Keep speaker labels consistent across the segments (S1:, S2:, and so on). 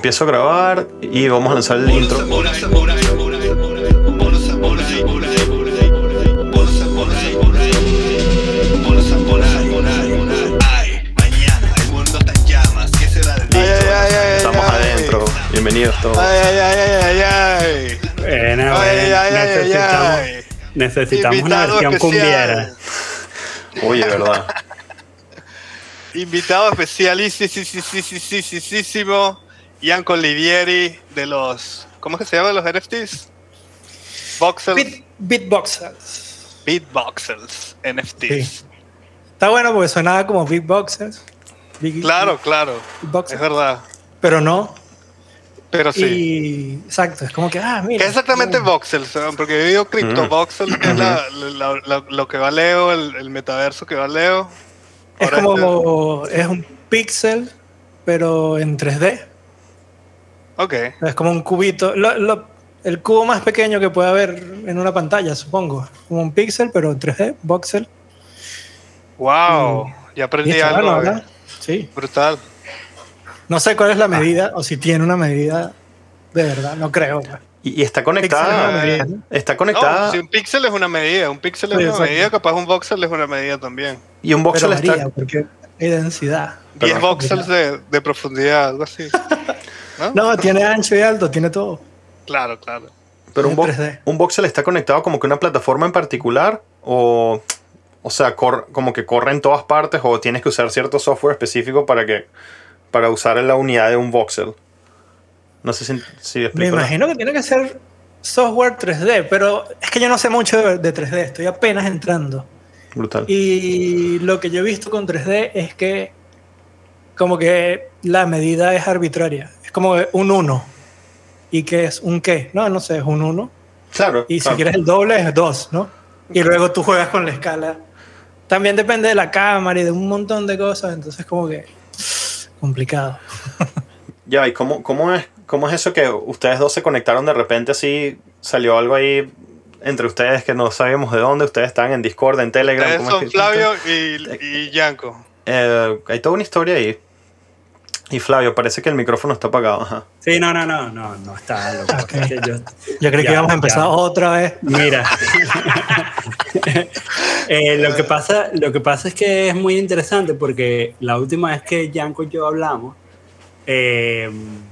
S1: empiezo a grabar y vamos a lanzar el intro. Estamos adentro. Bienvenidos todos.
S2: Necesitamos una versión cumbiera.
S1: Oye, ¿verdad?
S3: Invitado especialísimo, Janko Livieri de los... ¿Cómo es que se llaman los NFTs? Voxels. Beatboxels, NFTs.
S2: Sí. Está bueno porque sonaba como Beatboxers.
S3: Claro.
S2: Beatboxers.
S3: Es verdad.
S2: Pero no.
S3: Pero sí.
S2: Y, exacto, es como que, mira.
S3: ¿Qué es exactamente voxels? Porque yo digo CryptoVoxels, que es lo que va Leo, el metaverso que va Leo.
S2: Es como, es un píxel, pero en 3D.
S3: Ok.
S2: Es como un cubito, el cubo más pequeño que puede haber en una pantalla, supongo. Como un píxel, pero en 3D, voxel.
S3: Wow, ya aprendí algo.
S2: Bueno, ¿verdad? Sí.
S3: Brutal.
S2: No sé cuál es la medida, o si tiene una medida de verdad, no creo.
S1: Y está conectada.
S2: Medida, ¿no?
S1: Está conectada.
S3: No, si un píxel es una medida, medida, capaz un voxel es una medida también.
S1: Y un voxel
S2: pero varía,
S1: está.
S2: porque hay densidad.
S3: 10 voxels de profundidad, algo así.
S2: No, tiene ancho y alto, tiene todo.
S3: Claro.
S1: Pero
S2: es
S1: un voxel está conectado como que a una plataforma en particular o sea, como que corre en todas partes o tienes que usar cierto software específico para usar la unidad de un voxel. No sé si explico.
S2: Me imagino que tiene que ser software 3D, pero es que yo no sé mucho de 3D, estoy apenas entrando.
S1: Brutal.
S2: Y lo que yo he visto con 3D es que como que la medida es arbitraria. Es como un 1. ¿Y qué es? ¿Un qué? No sé, es un 1.
S1: Claro.
S2: Y si quieres el doble es 2, ¿no? Y luego tú juegas con la escala. También depende de la cámara y de un montón de cosas, entonces como que complicado.
S1: Ya, ¿y cómo es eso que ustedes dos se conectaron de repente así? Salió algo ahí entre ustedes que no sabíamos de dónde. Ustedes están en Discord, en Telegram.
S3: Ustedes son Flavio y Janko.
S1: Hay toda una historia ahí. Y Flavio, parece que el micrófono está apagado. Ajá.
S2: Sí, no está loco. Okay. Yo creí que íbamos a empezar otra vez. Mira. Lo que pasa es que es muy interesante porque la última vez que Janko y yo hablamos, debe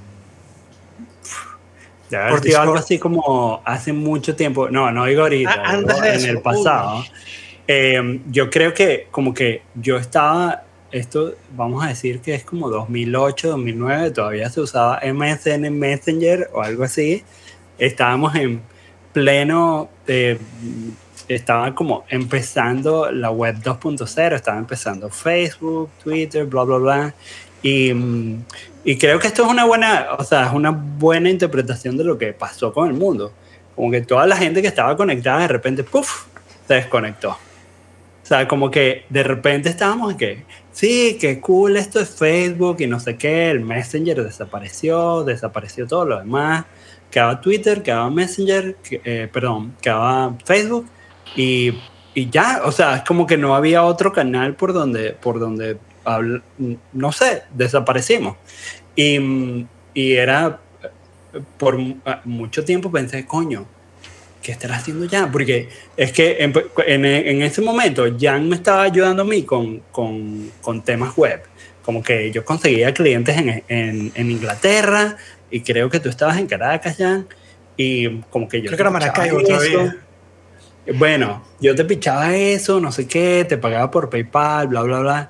S2: haber sido algo así como hace mucho tiempo. No digo ahorita,
S3: antes de eso,
S2: en el pasado. Yo creo que como que yo estaba... Esto vamos a decir que es como 2008, 2009, todavía se usaba MSN Messenger o algo así. Estábamos en pleno, estaba como empezando la web 2.0, estaba empezando Facebook, Twitter, bla, bla, bla. Y creo que esto es una buena interpretación de lo que pasó con el mundo. Como que toda la gente que estaba conectada de repente, ¡puf!, se desconectó. O sea, como que de repente estábamos en que, sí, qué cool esto es Facebook y no sé qué, el Messenger desapareció todo lo demás, quedaba Twitter, quedaba Messenger, quedaba Facebook y ya, o sea, es como que no había otro canal por donde no sé, desaparecimos. Y era, por mucho tiempo pensé, coño, ¿qué estará haciendo Jan? Porque es que en ese momento Jan me estaba ayudando a mí con temas web. Como que yo conseguía clientes en Inglaterra y creo que tú estabas en Caracas, Jan. Y como que yo...
S3: Creo que era Maracaibo todavía.
S2: Bueno, yo te pichaba eso, no sé qué, te pagaba por PayPal, bla, bla, bla.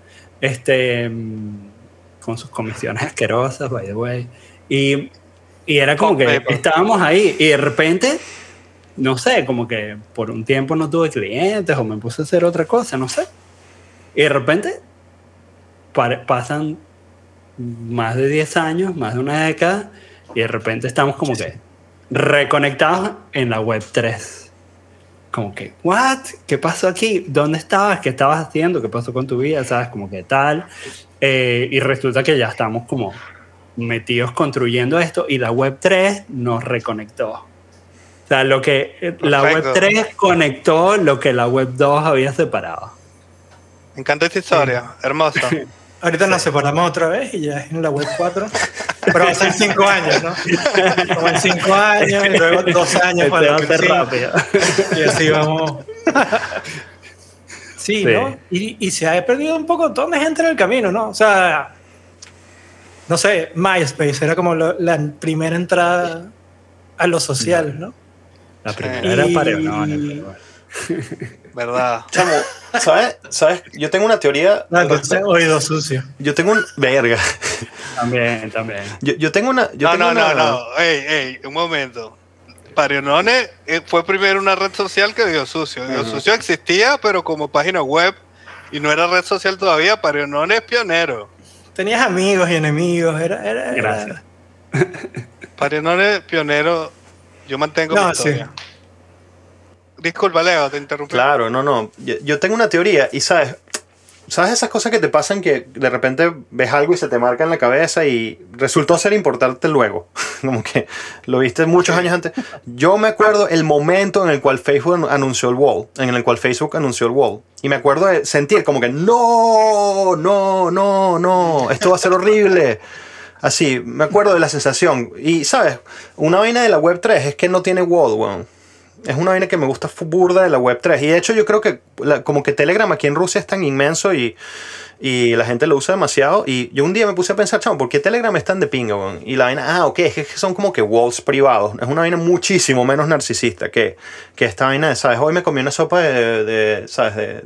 S2: Con sus comisiones asquerosas, by the way. Y era como que estábamos ahí y de repente... No sé, como que por un tiempo no tuve clientes o me puse a hacer otra cosa, no sé. Y de repente pasan más de 10 años, más de una década, y de repente estamos como que reconectados en la web 3. Como que, ¿what? ¿Qué pasó aquí? ¿Dónde estabas? ¿Qué estabas haciendo? ¿Qué pasó con tu vida? ¿Sabes? Como que tal. Y resulta que ya estamos como metidos construyendo esto y la web 3 nos reconectó. O sea, la web 3 conectó lo que la web 2 había separado.
S3: Me encanta esta historia, hermosa.
S4: Ahorita nos separamos otra vez y ya es en la web 4. Pero va a ser 5 años, ¿no? Como en 5 años y luego 2 años para
S2: va a ser rápido.
S4: Y así vamos. Sí, ¿no? Y se ha perdido un poco de gente en el camino, ¿no? O sea, no sé, MySpace era como la primera entrada a lo social, ¿no?
S2: La primera era Pareonone.
S3: ¿Verdad?
S1: Chamo, ¿sabes? Yo tengo una teoría.
S4: No, entonces, oído sucio.
S1: Yo tengo un. Verga.
S2: También.
S1: Yo tengo una.
S3: No. Ey, un momento. Pareonone fue primero una red social que Dios Sucio. Dios Sucio existía, pero como página web, y no era red social todavía. Pareonone es pionero.
S4: Tenías amigos y enemigos.
S2: Gracias.
S3: Pareonone pionero. Yo mantengo mi historia. Sí. Disculpa, Leo, te interrumpí.
S1: Claro, no. Yo tengo una teoría y ¿sabes esas cosas que te pasan que de repente ves algo y se te marca en la cabeza y resultó ser importante luego? Como que lo viste muchos años antes. Yo me acuerdo el momento en el cual Facebook anunció el wall. Y me acuerdo de sentir como que no, esto va a ser horrible. Así, me acuerdo de la sensación. Y, ¿sabes? Una vaina de la web 3 es que no tiene wall, weón. Es una vaina que me gusta burda de la web 3. Y de hecho yo creo que como que Telegram aquí en Rusia es tan inmenso y la gente lo usa demasiado. Y yo un día me puse a pensar, chamo, ¿por qué Telegram es tan de pinga, weón? Y la vaina, ok, es que son como que walls privados. Es una vaina muchísimo menos narcisista que esta vaina de, ¿sabes? Hoy me comí una sopa ¿sabes?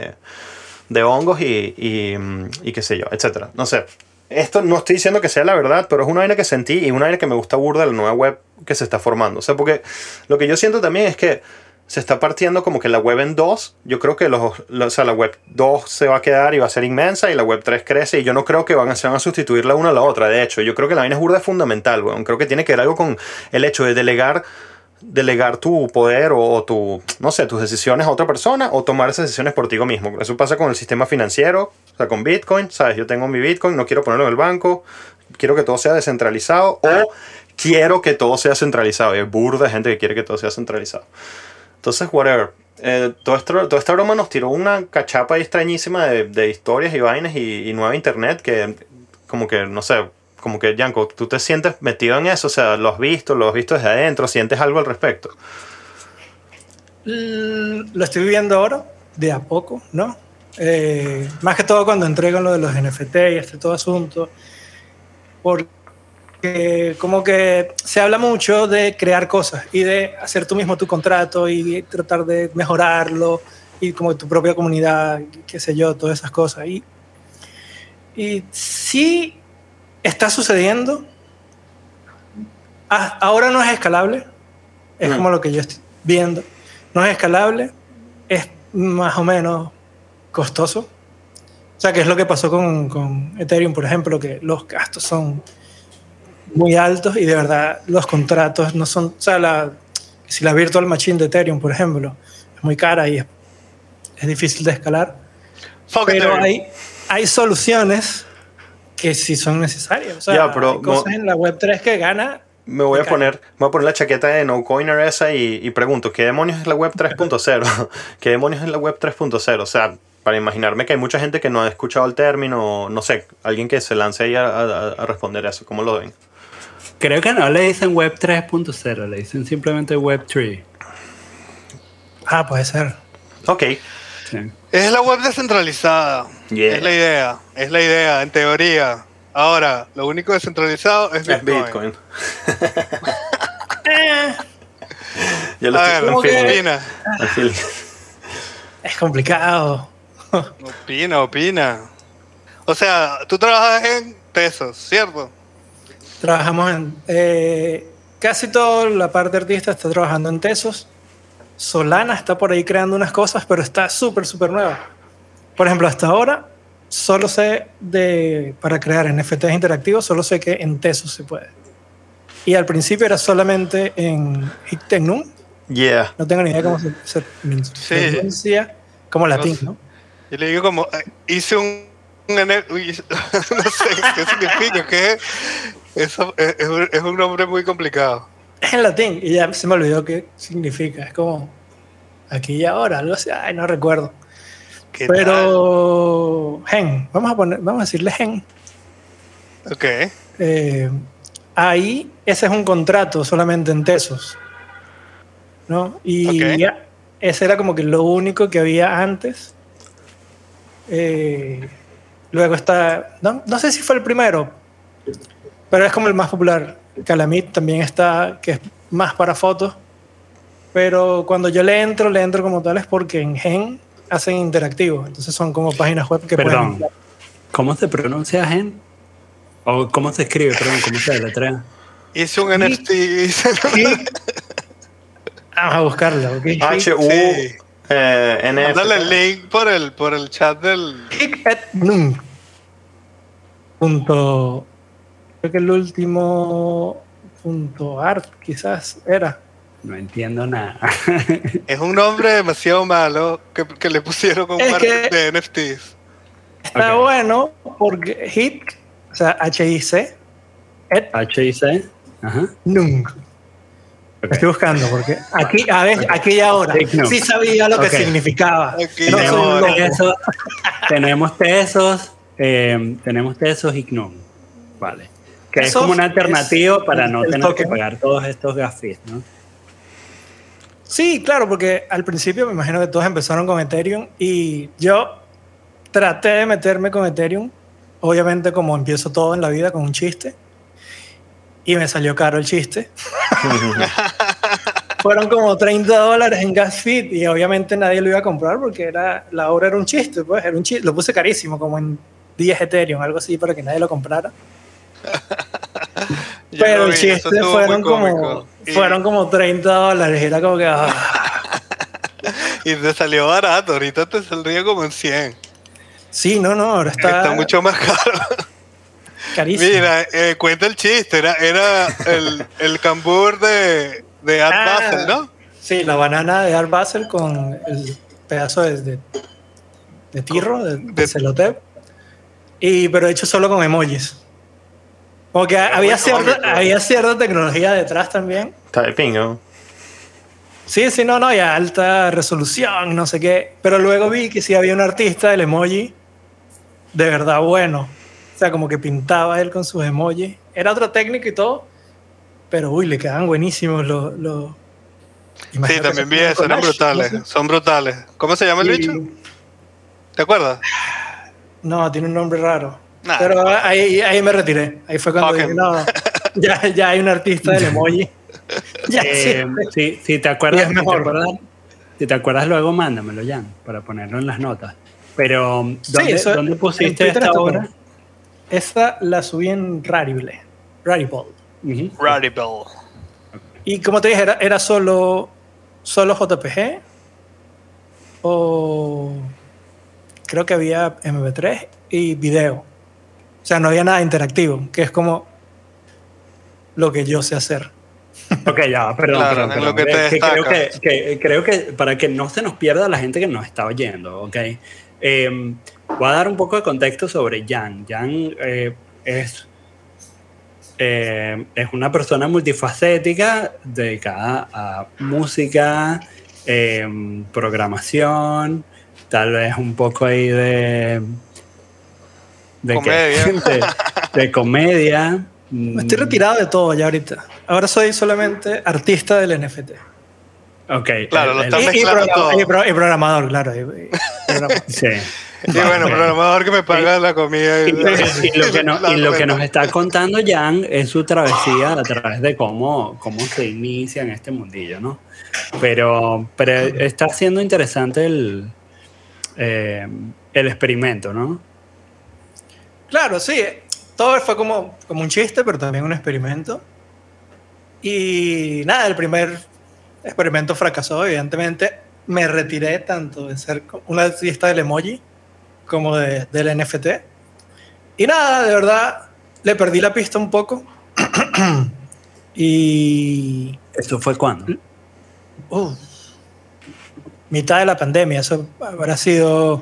S1: De hongos y qué sé yo, etcétera. No sé. Esto no estoy diciendo que sea la verdad, pero es una vaina que sentí y una vaina que me gusta burda de la nueva web que se está formando. O sea, porque lo que yo siento también es que se está partiendo como que la web en dos. Yo creo que la web 2 se va a quedar y va a ser inmensa y la web 3 crece y yo no creo que se van a sustituir la una a la otra. De hecho, yo creo que la vaina es burda fundamental, weón. Creo que tiene que ver algo con el hecho de delegar tu poder o no sé, tus decisiones a otra persona o tomar esas decisiones por ti mismo. Eso pasa con el sistema financiero, o sea, con Bitcoin, ¿sabes? Yo tengo mi Bitcoin, no quiero ponerlo en el banco, quiero que todo sea descentralizado o quiero que todo sea centralizado. Y hay burda de gente que quiere que todo sea centralizado. Entonces, whatever. Toda esta broma nos tiró una cachapa extrañísima de historias y vainas y nueva internet que como que, no sé, como que, Yanko, tú te sientes metido en eso, o sea, lo has visto desde adentro, ¿sientes algo al respecto?
S4: Lo estoy viviendo ahora, de a poco, ¿no? Más que todo cuando entré con lo de los NFT y todo asunto, porque como que se habla mucho de crear cosas y de hacer tú mismo tu contrato y tratar de mejorarlo y como tu propia comunidad, qué sé yo, todas esas cosas. Y sí está sucediendo. Ahora no es escalable, es como lo que yo estoy viendo. No es escalable, es más o menos costoso. O sea, que es lo que pasó con Ethereum, por ejemplo, que los gastos son muy altos y de verdad los contratos no son... O sea, si la virtual machine de Ethereum, por ejemplo, es muy cara y es difícil de escalar. Pero hay soluciones que sí son necesarias. O sea, hay cosas en la Web3 que gana.
S1: Me voy a poner la chaqueta de NoCoiner esa y pregunto, ¿qué demonios es la Web 3.0? ¿Qué demonios es la Web 3.0? O sea, para imaginarme que hay mucha gente que no ha escuchado el término, no sé, alguien que se lance ahí a responder eso. ¿Cómo lo ven?
S2: Creo que no le dicen Web 3.0, le dicen simplemente Web 3.
S4: Puede ser.
S1: Ok.
S2: Sí.
S3: Es la web descentralizada.
S1: Yeah.
S3: Es la idea, en teoría. Ahora, lo único descentralizado es Bitcoin.
S1: Yo lo estoy
S3: opina.
S4: Es complicado.
S3: Opina. O sea, tú trabajas en Tesos, ¿cierto?
S4: Trabajamos en... casi toda la parte artista está trabajando en Tesos. Solana está por ahí creando unas cosas, pero está súper nueva. Por ejemplo, hasta ahora solo sé para crear NFTs interactivos, solo sé que en Tesos se puede. Y al principio era solamente en Hictenum.
S1: Yeah.
S4: No tengo ni idea cómo se pronuncia, como latín, ¿no?
S3: Yo le digo como, hice no sé qué significa, que es un nombre muy complicado.
S4: Es en latín y ya se me olvidó qué significa. Es como aquí y ahora, algo así. No recuerdo.
S3: ¿Qué
S4: Pero Gen, vamos a decirle Gen.
S3: tal? Ok.
S4: Ahí ese es un contrato solamente en Tesos, ¿no? Y
S3: Ok.
S4: ya, ese era como que lo único que había antes. Luego está, no sé si fue el primero, pero es como el más popular. Calamit también está, que es más para fotos. Pero cuando yo le entro como tal es porque en Gen hacen interactivo. Entonces son como páginas web que pueden...
S2: Perdón, ¿cómo se pronuncia Gen? ¿O cómo se escribe? Perdón, ¿cómo se deletrea?
S3: Hice un
S4: Sí.
S3: NFT.
S4: Vamos a buscarlo, ¿ok?
S3: Sí.
S1: HUNF.
S3: Mándale el link por el chat del.
S4: Hic et nunc. Punto, creo que el último punto art quizás era.
S2: No entiendo nada.
S3: Es un nombre demasiado malo que le pusieron con
S4: Es
S3: marketing
S4: que-
S3: de NFTs.
S4: Está
S2: Ok.
S4: bueno porque hic, o sea, HIC, et
S2: HIC. Ajá.
S4: nunc.
S2: Ok.
S4: Estoy buscando porque aquí, a ver, aquí y ahora,
S2: Hic nunc.
S4: sí sabía lo que
S2: Ok.
S4: significaba.
S3: Aquí
S4: No
S3: y
S4: soy un
S3: ahora.
S4: loco.
S2: Tenemos tesos y GNOME. Vale. Que es
S4: Tesos
S2: como una alternativa
S4: es
S2: para no
S4: el
S2: tener que
S4: token.
S2: pagar todos estos gas fees, ¿no?
S4: Sí, claro, porque al principio me imagino que todos empezaron con Ethereum y yo traté de meterme con Ethereum, obviamente como empiezo todo en la vida con un chiste, y me salió caro el chiste. Fueron como $30 en gas feed y obviamente nadie lo iba a comprar porque la obra era un chiste, pues era un chiste. Lo puse carísimo, como en 10 Ethereum, algo así, para que nadie lo comprara.
S3: Yo
S4: Pero
S3: lo
S4: el
S3: vi,
S4: chiste
S3: eso estuvo
S4: fueron
S3: muy cómico.
S4: fueron como $30. Era como que
S3: Y te salió barato, ahorita te saldría como en 100.
S4: sí, no, ahora
S3: Está mucho más caro.
S4: carísimo.
S3: Mira, cuenta el chiste, era el cambur de Art Basel, ¿no?
S4: Sí, la banana de Art Basel con el pedazo de tirro, de celotep. Pero hecho solo con emojis. Porque
S3: Era muy cómico.
S4: había cierta tecnología detrás también.
S1: Typing, ¿no?
S4: Sí, no, y a alta resolución, no sé qué. Pero luego vi que sí había un artista del emoji de verdad bueno. O sea, como que pintaba él con sus emojis. Era otra técnica y todo. Pero uy, le quedaban buenísimos los
S3: Sí,
S4: imagino que
S3: también
S4: se
S3: vi
S4: hacían
S3: eso, eran
S4: collage,
S3: brutales,
S4: no sé.
S3: son brutales. ¿Cómo se llama el
S4: Y-
S3: bicho? ¿Te acuerdas?
S4: No, tiene un nombre raro.
S3: Nah,
S4: Pero
S3: no.
S4: ahí me retiré. Ahí fue cuando
S3: Ok.
S4: dije, no, ya hay un artista del emoji. Ya sí.
S2: Si te
S4: Y
S2: acuerdas,
S4: es mejor.
S2: si te acuerdas luego mándamelo, Jan, para ponerlo en las notas. Pero,
S4: Sí, eso
S2: ¿dónde
S4: en
S2: pusiste
S4: Twitter
S2: esta
S4: está,
S2: obra?
S4: pero esta la subí en Rarible.
S2: Ujú.
S3: Radical.
S4: Y como te dije, era solo JPG o creo que había MP3 y video. O sea, no había nada interactivo, que es como lo que yo sé hacer.
S2: Ok, ya, perdón,
S3: Claro, en lo que te
S2: Que creo
S3: destaca.
S2: creo que para que no se nos pierda la gente que nos está oyendo, ok. Voy a dar un poco de contexto sobre Jan. Jan es una persona multifacética dedicada a música, programación, tal vez un poco ahí de
S3: Comedia.
S2: de comedia.
S4: Me estoy retirado de todo ya ahorita. Ahora soy solamente artista del NFT.
S2: Ok.
S3: Claro, lo estás mezclando todo.
S4: Y programador, claro. y programador.
S2: Sí.
S3: Y bueno, programador que me paga la comida.
S2: Y lo que nos
S3: la
S2: está contando Jan es su travesía a través de cómo se inicia en este mundillo, ¿no? Pero está siendo interesante el experimento, ¿no?
S4: Claro, sí. Todo fue como un chiste, pero también un experimento. Y nada, el primer experimento fracasó, evidentemente. Me retiré tanto de ser un artista del emoji como del NFT. Y nada, de verdad, le perdí la pista un poco. Y
S2: ¿Eso fue cuándo?
S4: mitad de la pandemia, eso habrá sido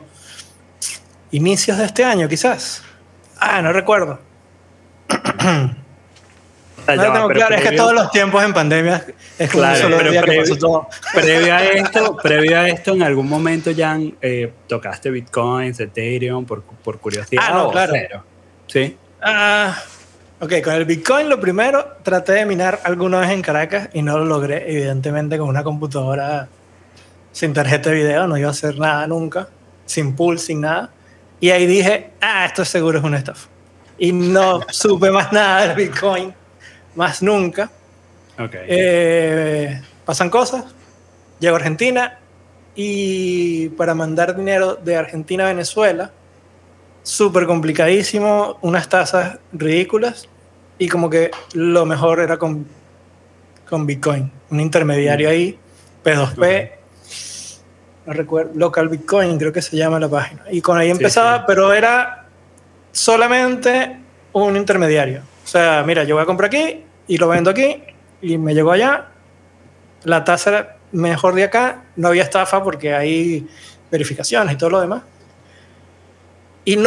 S4: inicios de este año, quizás. No recuerdo.
S2: sea,
S4: No
S2: ya
S4: lo
S2: va,
S4: tengo
S2: pero
S4: claro, es que
S2: previo-
S4: todos los tiempos en pandemia es como un
S2: Claro,
S4: solo
S2: pero
S4: día que pasó todo.
S2: previo a esto, en algún momento ya tocaste Bitcoins, Ethereum por curiosidad
S4: Ah, no,
S2: o
S4: claro.
S2: cero. ¿Sí?
S4: Ok, con el Bitcoin lo primero, traté de minar alguna vez en Caracas y no lo logré, evidentemente con una computadora sin tarjeta de video, no iba a hacer nada nunca, sin pool, sin nada. Y ahí dije, esto seguro es una estafa. Y no supe más nada del Bitcoin, más nunca.
S2: Ok.
S4: Pasan cosas, llego a Argentina y para mandar dinero de Argentina a Venezuela, súper complicadísimo, unas tasas ridículas y como que lo mejor era con Bitcoin, un intermediario ahí, P2P, no recuerdo, Local Bitcoin creo que se llama la página. Y con ahí empezaba,
S2: sí.
S4: pero era solamente un intermediario. O sea, mira, yo voy a comprar aquí y lo vendo aquí y me llegó allá. La tasa era mejor de acá, no había estafa porque hay verificaciones y todo lo demás. Y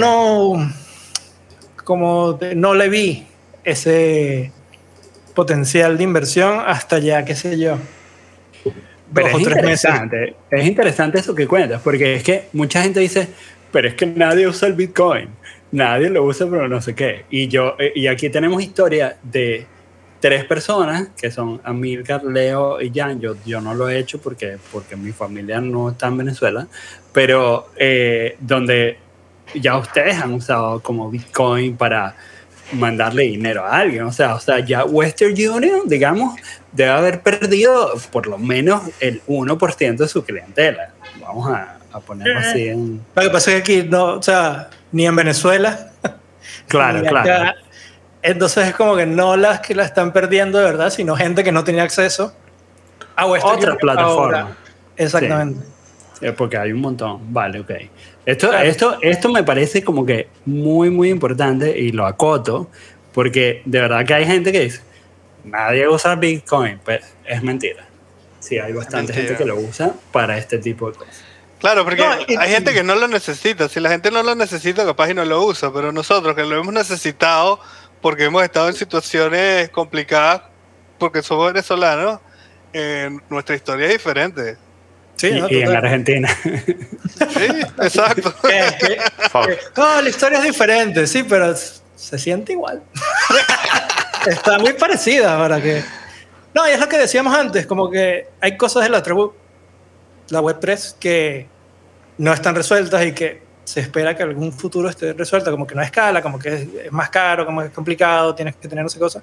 S4: no le vi ese potencial de inversión hasta ya, qué sé yo,
S2: Pero
S4: 2 o 3 meses.
S2: es interesante eso que cuentas, porque es que mucha gente dice, pero es que nadie usa el Bitcoin, nadie lo usa, pero no sé qué. Y aquí tenemos historia de 3 personas, que son Amílcar, Leo y Jan. Yo no lo he hecho porque mi familia no está en Venezuela, pero donde ya ustedes han usado como Bitcoin para mandarle dinero a alguien. O sea, ya Western Union, digamos, debe haber perdido por lo menos el 1% de su clientela. Vamos a ponerlo así en...
S4: Lo que pasa es que aquí no, o sea, ni en Venezuela,
S2: Claro,
S4: ni acá.
S2: claro.
S4: Entonces es como que no las que la están perdiendo de verdad, sino gente que no tenía acceso a Western
S2: Otra
S4: Union
S2: plataforma.
S4: ahora. Exactamente.
S2: Sí, porque hay un montón. Vale, ok. Esto,
S4: Claro.
S2: esto me parece como que muy, muy importante y lo acoto, porque de verdad que hay gente que dice, nadie usa Bitcoin. Pues es mentira. Sí, hay bastante gente que lo usa para este tipo de cosas.
S3: Claro, porque
S4: No,
S3: hay gente que no lo necesita. Si la gente no lo necesita, capaz y no lo usa. Pero nosotros que lo hemos necesitado porque hemos estado en situaciones complicadas, porque somos venezolanos, nuestra historia es diferente.
S4: Sí,
S2: Y,
S4: no,
S2: y en
S4: total.
S2: Argentina.
S3: Sí, exacto.
S1: Fuck.
S4: No, la historia es diferente, sí, pero se siente igual. Está muy parecida para que... No, y es lo que decíamos antes, como que hay cosas de la Web3 que no están resueltas y que se espera que algún futuro esté resuelta, como que no escala, como que es más caro, como que es complicado, tienes que tener no sé cosas.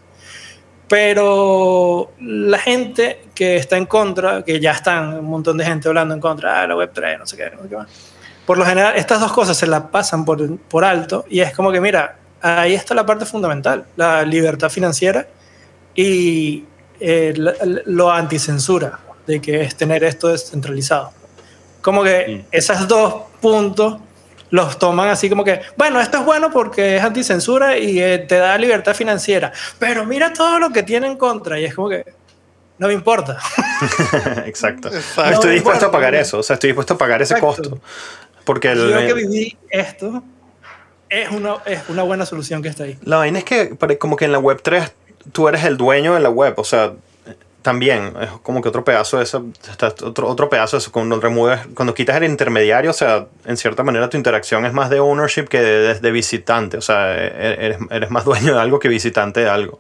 S4: Pero la gente que está en contra, que ya están un montón de gente hablando en contra, la Web3, no sé qué, no sé qué más. Por lo general, estas dos cosas se las pasan por alto y es como que, mira, ahí está la parte fundamental, la libertad financiera y lo anticensura, de que es tener esto descentralizado. Como que esos 2 puntos los toman así como que, bueno, esto es bueno porque es anticensura y te da libertad financiera, pero mira todo lo que tiene en contra y es como que no me importa.
S1: Exacto.
S3: Exacto.
S1: No estoy dispuesto a
S4: Bueno,
S1: pagar
S4: bueno.
S1: eso, o sea, estoy dispuesto a pagar ese
S4: Exacto.
S1: costo. Porque
S4: Yo que viví esto, es una buena solución que está ahí.
S1: la vaina es que como que en la web 3 tú eres el dueño de la web, o sea, también es como que otro pedazo de eso, está otro pedazo de eso, cuando quitas el intermediario, o sea, en cierta manera tu interacción es más de ownership que de visitante, o sea, eres más dueño de algo que visitante de algo.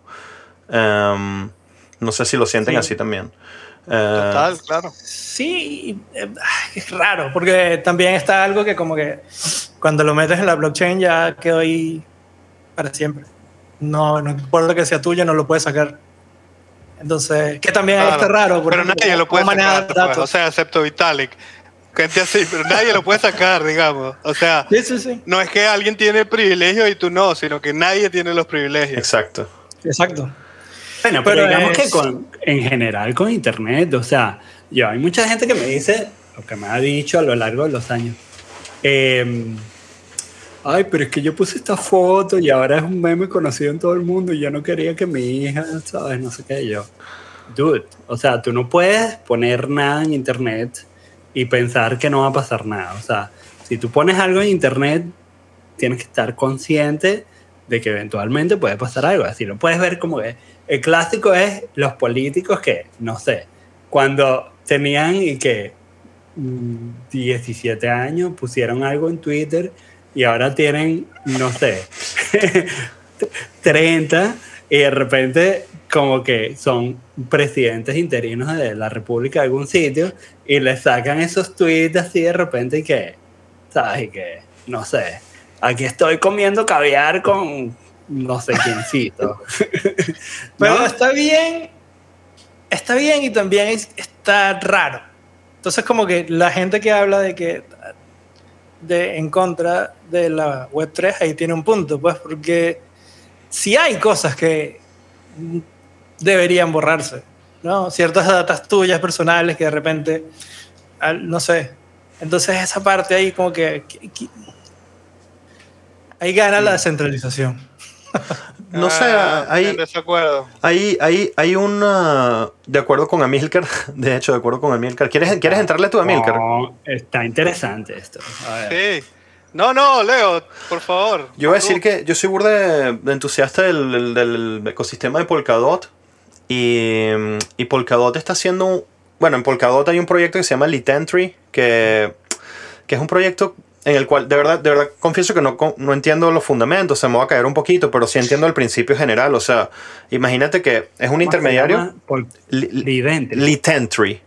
S1: No sé si lo sienten
S4: Sí.
S1: así también.
S3: Total, claro.
S4: Sí, es raro, porque también está algo que como que cuando lo metes en la blockchain ya quedó ahí para siempre. No importa que sea tuyo, no lo puedes sacar. Entonces, que también ahí está
S3: Claro.
S4: raro.
S3: Pero
S4: ejemplo,
S3: nadie lo puede
S4: cómo manejar
S3: sacar, pues,
S4: datos.
S3: o sea, excepto Vitalik. Gente así, pero nadie lo puede sacar, digamos. O sea,
S4: Sí, sí, sí.
S3: no es que alguien tiene el privilegio y tú no, sino que nadie tiene los privilegios.
S1: Exacto.
S4: Exacto.
S2: Bueno, pero digamos que en general con internet, o sea, hay mucha gente que me dice, o que me ha dicho a lo largo de los años, ay, pero es que yo puse esta foto y ahora es un meme conocido en todo el mundo y yo no quería que mi hija, ¿sabes? No sé qué, yo. Dude, o sea, tú no puedes poner nada en internet y pensar que no va a pasar nada. O sea, si tú pones algo en internet, tienes que estar consciente de que eventualmente puede pasar algo. Así lo puedes ver como que el clásico es los políticos que, no sé, cuando tenían y que 17 años pusieron algo en Twitter y ahora tienen, no sé, 30 y de repente como que son presidentes interinos de la república de algún sitio y les sacan esos tweets así de repente y que, ¿sabes? Y que, no sé, aquí estoy comiendo caviar con no sé quiéncito.
S4: Pero
S2: ¿No?
S4: está bien y también está raro. Entonces como que la gente que habla de que en contra de la Web3 ahí tiene un punto, pues, porque si hay cosas que deberían borrarse, ¿no? Ciertas datas tuyas personales que de repente, no sé. Entonces esa parte ahí como que ahí gana la descentralización.
S1: No sé,
S3: En desacuerdo.
S1: hay una... De acuerdo con Amilcar, de hecho, de acuerdo con Amilcar. ¿Quieres entrarle tú a Amilcar?
S2: No, está interesante esto. A ver.
S3: Sí. No, Leo, por favor.
S1: Yo voy a decir que yo soy burda de entusiasta del ecosistema de Polkadot. Y Polkadot está haciendo... Bueno, en Polkadot hay un proyecto que se llama Litentry, que es un proyecto en el cual, de verdad confieso que no entiendo los fundamentos, se me va a caer un poquito, pero sí entiendo el principio general. O sea, imagínate que es un intermediario... Litentry.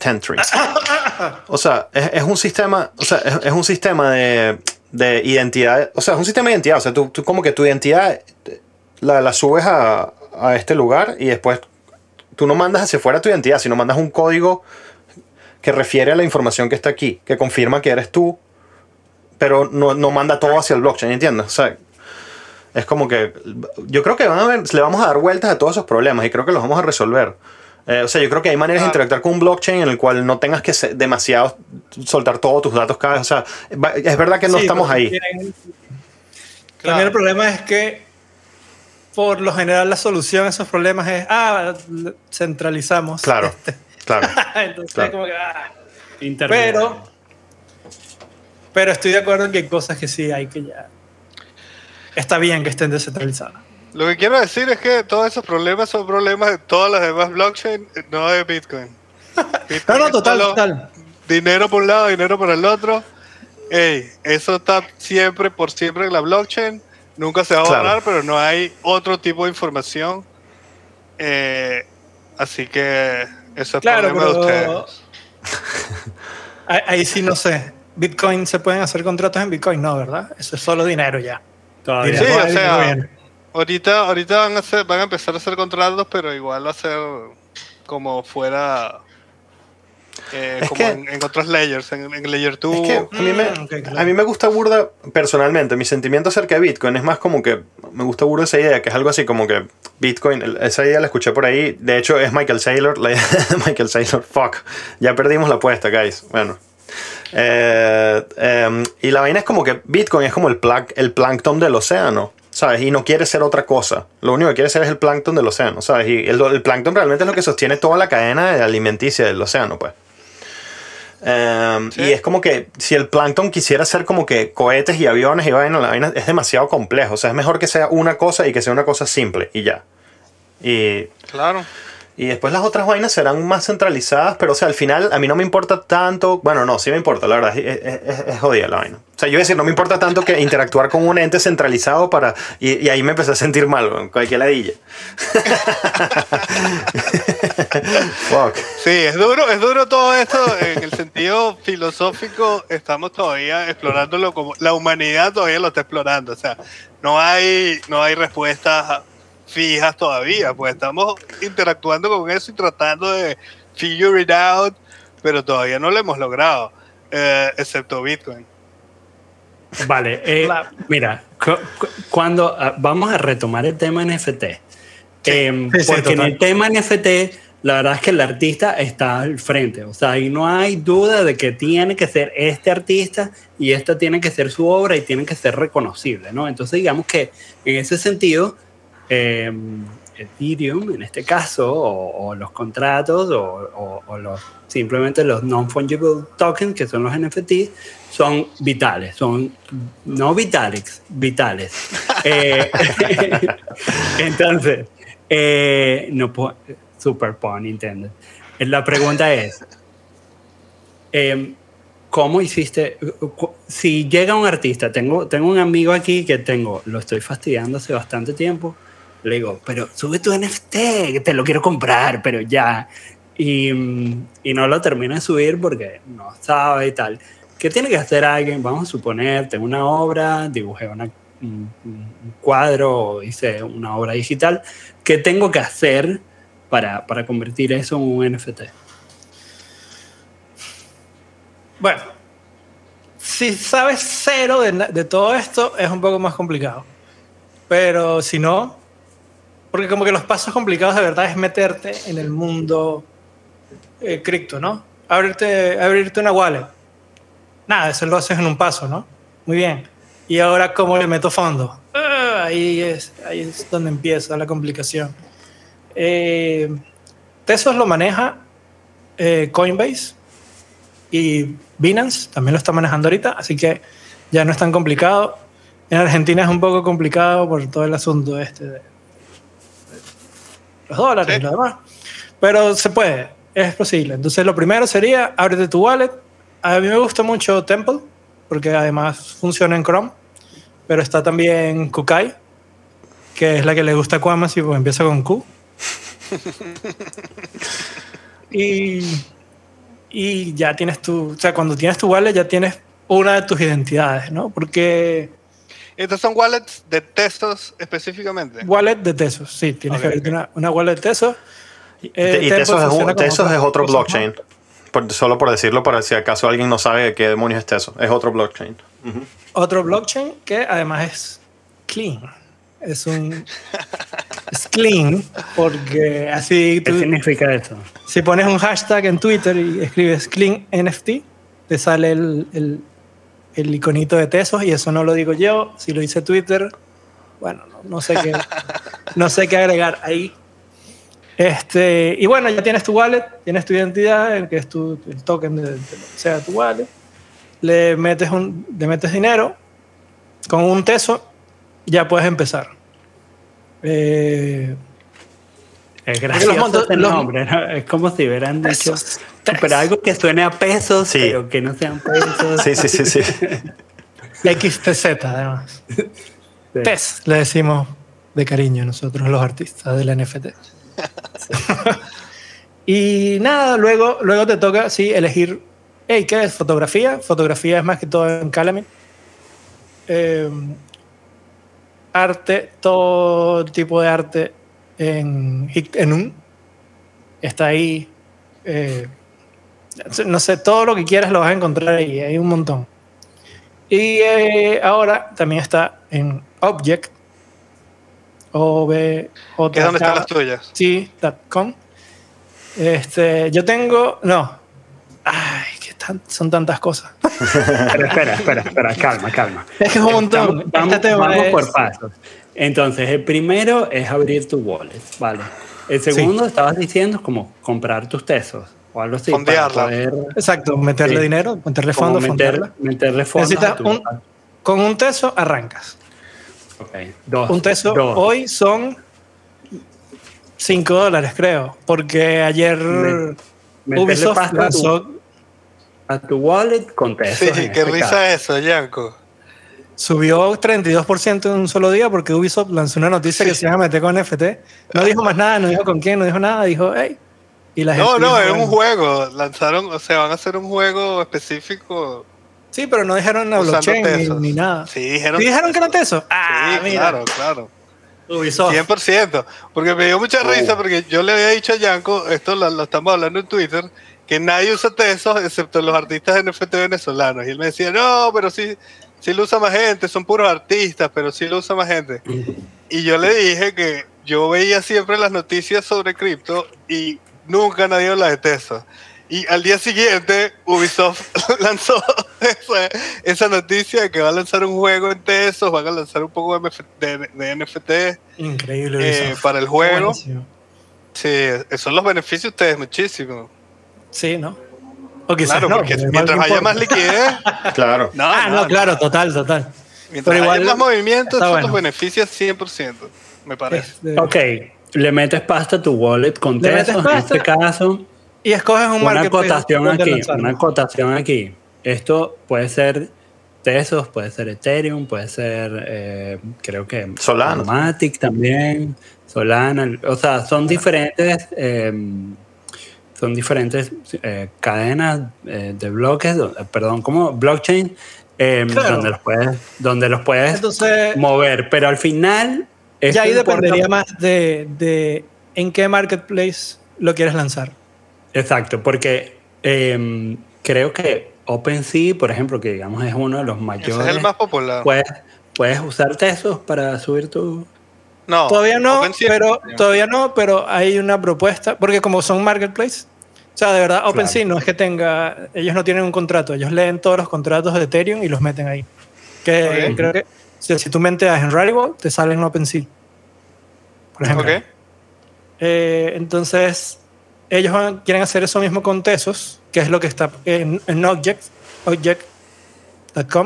S1: O sea, es un sistema, es un sistema de identidad, o sea, es un sistema de identidad, o sea, tú como que tu identidad la subes a este lugar y después tú no mandas hacia afuera tu identidad, sino mandas un código que refiere a la información que está aquí, que confirma que eres tú, pero no manda todo hacia el blockchain, ¿entiendes? O sea, es como que yo creo que le vamos a dar vueltas a todos esos problemas y creo que los vamos a resolver. O sea, yo creo que hay maneras de interactuar con un blockchain en el cual no tengas que demasiado soltar todos tus datos cada vez. O sea, es verdad que no estamos ahí.
S4: También el problema es que por lo general la solución a esos problemas es centralizamos.
S1: Claro.
S4: Entonces
S1: claro.
S4: como que pero estoy de acuerdo en que hay cosas que sí hay que ya está bien que estén descentralizadas.
S3: Lo que quiero decir es que todos esos problemas son problemas de todas las demás blockchain, no de Bitcoin.
S4: No, total.
S3: Dinero por un lado, dinero por el otro. Eso está por siempre en la blockchain. Nunca se va a borrar, pero no hay otro tipo de información. Así que eso es problema de ustedes.
S4: Ahí sí no sé. Bitcoin, ¿se pueden hacer contratos en Bitcoin? No, ¿verdad? Eso es solo dinero ya.
S2: Todavía.
S3: Sí, o sea, ahorita van a empezar a hacer contratos, pero igual va a ser como fuera como en otros layers, en layer 2.
S1: Es que a mí me gusta burda personalmente. Mi sentimiento acerca de Bitcoin es más como que me gusta burda esa idea, que es algo así como que Bitcoin, esa idea la escuché por ahí. De hecho, es Michael Saylor. La idea de Michael Saylor, fuck. Ya perdimos la apuesta, guys. Bueno. Y la vaina es como que Bitcoin es como el plancton del océano, ¿sabes? Y no quiere ser otra cosa. Lo único que quiere ser es el plancton del océano, ¿sabes? Y el plancton realmente es lo que sostiene toda la cadena alimenticia del océano, pues. Y es como que si el plancton quisiera ser como que cohetes y aviones y vaina, la vaina es demasiado complejo. O sea, es mejor que sea una cosa y que sea una cosa simple y ya.
S3: Claro.
S1: Y después las otras vainas serán más centralizadas, pero o sea, al final a mí no me importa tanto. Bueno, no, sí me importa, la verdad, es jodida la vaina. O sea, yo iba a decir, no me importa tanto que interactuar con un ente centralizado y ahí me empecé a sentir mal, con cualquier ladilla. Fuck.
S3: Sí, es duro todo esto en el sentido filosófico. Estamos todavía explorándolo, como la humanidad todavía lo está explorando. O sea, no hay respuestas fijas todavía, pues estamos interactuando con eso y tratando de figure it out, pero todavía no lo hemos logrado, excepto Bitcoin.
S2: Vale, mira, cuando vamos a retomar el tema NFT, porque en el tema NFT, la verdad es que el artista está al frente, o sea, y no hay duda de que tiene que ser este artista y esta tiene que ser su obra y tiene que ser reconocible, ¿no? Entonces, digamos que en ese sentido, Ethereum, en este caso, o los contratos, o simplemente los non-fungible tokens, que son los NFTs, son vitales, son no vitales. Entonces, no puedo, super pun intended. La pregunta es, ¿cómo hiciste? Si llega un artista, tengo un amigo aquí que lo estoy fastidiando hace bastante tiempo, le digo, pero sube tu NFT, que te lo quiero comprar, pero ya. Y no lo termina de subir porque no sabe y tal. ¿Qué tiene que hacer alguien? Vamos a suponer, tengo una obra, dibujé un cuadro, hice una obra digital. ¿Qué tengo que hacer para convertir eso en un NFT?
S4: Bueno, si sabes cero de todo esto, es un poco más complicado. Pero si no, porque como que los pasos complicados de verdad es meterte en el mundo cripto, ¿no? Abrirte una wallet. Nada, eso lo haces en un paso, ¿no? Muy bien. Y ahora, ¿cómo le meto fondos? Ahí es donde empieza la complicación. Tesos lo maneja Coinbase y Binance también lo está manejando ahorita, así que ya no es tan complicado. En Argentina es un poco complicado por todo el asunto de los dólares y lo demás, pero se puede, es posible. Entonces lo primero sería ábrete tu wallet. A mí me gusta mucho Temple porque además funciona en Chrome, pero está también Kukai, que es la que le gusta a Kwamasi porque empieza con Q. y ya tienes o sea, cuando tienes tu wallet ya tienes una de tus identidades, ¿no? Porque
S3: ¿Estos son wallets de Tesos específicamente?
S4: Wallet de Tesos, sí, tienes que abrirte una wallet de Tesos.
S1: Y Tesos es otro blockchain.
S4: ¿No?
S1: Solo por decirlo, para si acaso alguien no sabe de qué demonios es Tesos. Es otro blockchain.
S4: Otro blockchain que además es clean. Es clean porque así
S2: ¿Qué significa eso?
S4: Si pones un hashtag en Twitter y escribes clean NFT, te sale el iconito de Tesos, y eso no lo digo yo. Si lo dice Twitter, bueno, no sé qué agregar ahí. Y bueno, ya tienes tu wallet, tienes tu identidad, el que es el token de lo que sea tu wallet. Le metes dinero con un Teso, ya puedes empezar.
S2: Es gracioso el nombre, ¿no? Es como si hubieran dicho, pero algo que suene a pesos, sí, pero que no sean pesos.
S1: Sí.
S4: XTZ, además. Sí. TES, le decimos de cariño nosotros los artistas del NFT. Sí. Y nada, luego te toca, sí, elegir, ¿qué es? Fotografía. Fotografía es más que todo en Calamity. Arte, todo tipo de arte en está ahí. No sé, todo lo que quieras lo vas a encontrar ahí, hay un montón. Y ahora también está en Object,
S3: ¿Qué es donde están las tuyas?
S4: Sí, .com. Yo tengo, son tantas cosas.
S2: Espera, calma.
S4: Es que es un montón.
S2: Vamos por pasos. Entonces, el primero es abrir tu wallet, ¿vale? El segundo, estabas diciendo, es como comprar tus Tesos o algo así.
S3: Fondearla.
S4: Exacto, meterle dinero, meterle fondos,
S2: meterle fondos.
S4: Con un Teso arrancas.
S2: Okay.
S4: Un Teso hoy son $5, creo, porque ayer Ubisoft lanzó
S2: a tu wallet con Tesos.
S3: Sí, qué risa eso, Yanko.
S4: Subió 32% en un solo día porque Ubisoft lanzó una noticia que se iba a meter con NFT. No dijo más nada, no dijo con quién, no dijo nada, dijo, hey. Y la gente
S3: es un juego. Lanzaron, van a hacer un juego específico.
S4: Sí, pero no dijeron la blockchain ni nada.
S3: Sí, dijeron
S4: que era Tesos.
S3: Sí,
S4: mira.
S3: Claro.
S4: Ubisoft.
S3: 100%. Porque me dio mucha risa porque yo le había dicho a Yanko, esto lo estamos hablando en Twitter, que nadie usa Tesos excepto los artistas NFT venezolanos. Y él me decía, no, pero sí lo usa más gente, son puros artistas, pero sí lo usa más gente. Y yo le dije que yo veía siempre las noticias sobre cripto y nunca nadie habla de Tesos. Y al día siguiente Ubisoft lanzó esa noticia de que va a lanzar un juego en Tesos, van a lanzar un poco de NFT
S4: Increíble.
S3: para el juego.
S4: Buenísimo.
S3: Sí, esos son los beneficios de ustedes, muchísimo.
S4: Sí, ¿no? O quizás
S3: Claro,
S4: no,
S3: porque
S4: igual
S3: mientras
S4: no
S3: haya
S4: importa.
S3: más liquidez,
S1: Claro.
S4: No, claro, total.
S3: mientras
S4: Pero igual
S3: haya más movimiento,
S4: está
S3: eso
S4: bueno.
S3: los beneficia 100%, me parece.
S2: Ok, le metes pasta a tu wallet con
S4: Le metes
S2: Tesos, en
S4: pasta.
S2: este caso.
S4: Y escoges un
S2: Una
S4: marketplace
S2: acotación
S4: donde
S2: aquí,
S4: lanzarlo.
S2: una acotación aquí. Esto puede ser Tesos, puede ser Ethereum, puede ser, creo que
S1: Solana.
S2: Matic también, Solana. O sea, son diferentes cadenas de bloques, perdón, como blockchain,
S4: Claro.
S2: donde los puedes
S4: Entonces,
S2: mover. Pero al final, esto
S4: ya ahí
S2: importa.
S4: dependería más de en qué marketplace lo quieres lanzar.
S2: Exacto, porque creo que OpenSea, por ejemplo, que digamos es uno de los
S3: Ese
S2: mayores,
S3: es el más popular.
S2: puedes usar Tesos para subir tu...
S3: No,
S4: Todavía
S3: OpenSea-
S4: no, pero hay una propuesta, porque como son marketplace, o sea, de verdad, OpenSea no es que tenga, ellos no tienen un contrato, ellos leen todos los contratos de Ethereum y los meten ahí. Que
S3: Ok.
S4: creo que si tú menteas en Rarible, te sale en OpenSea, por ejemplo.
S3: Ok.
S4: Entonces, ellos quieren hacer eso mismo con Tesos, que es lo que está en object.com.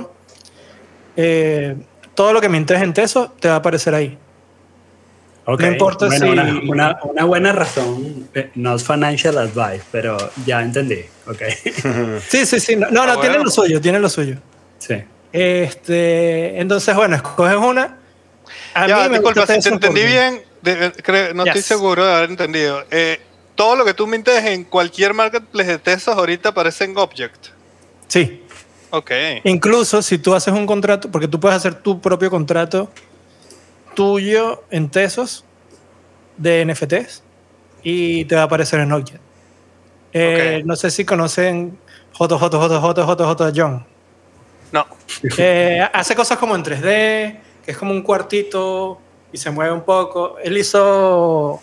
S4: Todo lo que mintes en Tesos te va a aparecer ahí.
S2: Ok,
S4: No importa
S2: bueno,
S4: si-
S2: una buena razón, no es financial advice, pero ya entendí, ok.
S4: Sí. No,
S3: bueno.
S4: tienen lo suyo.
S2: Sí.
S4: Entonces, bueno, escoges una. A
S3: Ya,
S4: mí me
S3: disculpa,
S4: gusta
S3: si te
S4: Tesos
S3: entendí
S4: porque-
S3: bien, no estoy
S4: Yes.
S3: seguro de haber entendido. Todo lo que tú mintes en cualquier marketplace de Tesos ahorita aparece en Object.
S4: Sí.
S3: Ok.
S4: Incluso si tú haces un contrato, porque tú puedes hacer tu propio contrato tuyo en Tesos de NFTs y te va a aparecer en Object.
S3: Ok.
S4: No sé si conocen John.
S3: No.
S4: Hace cosas como en 3D, que es como un cuartito y se mueve un poco. Él hizo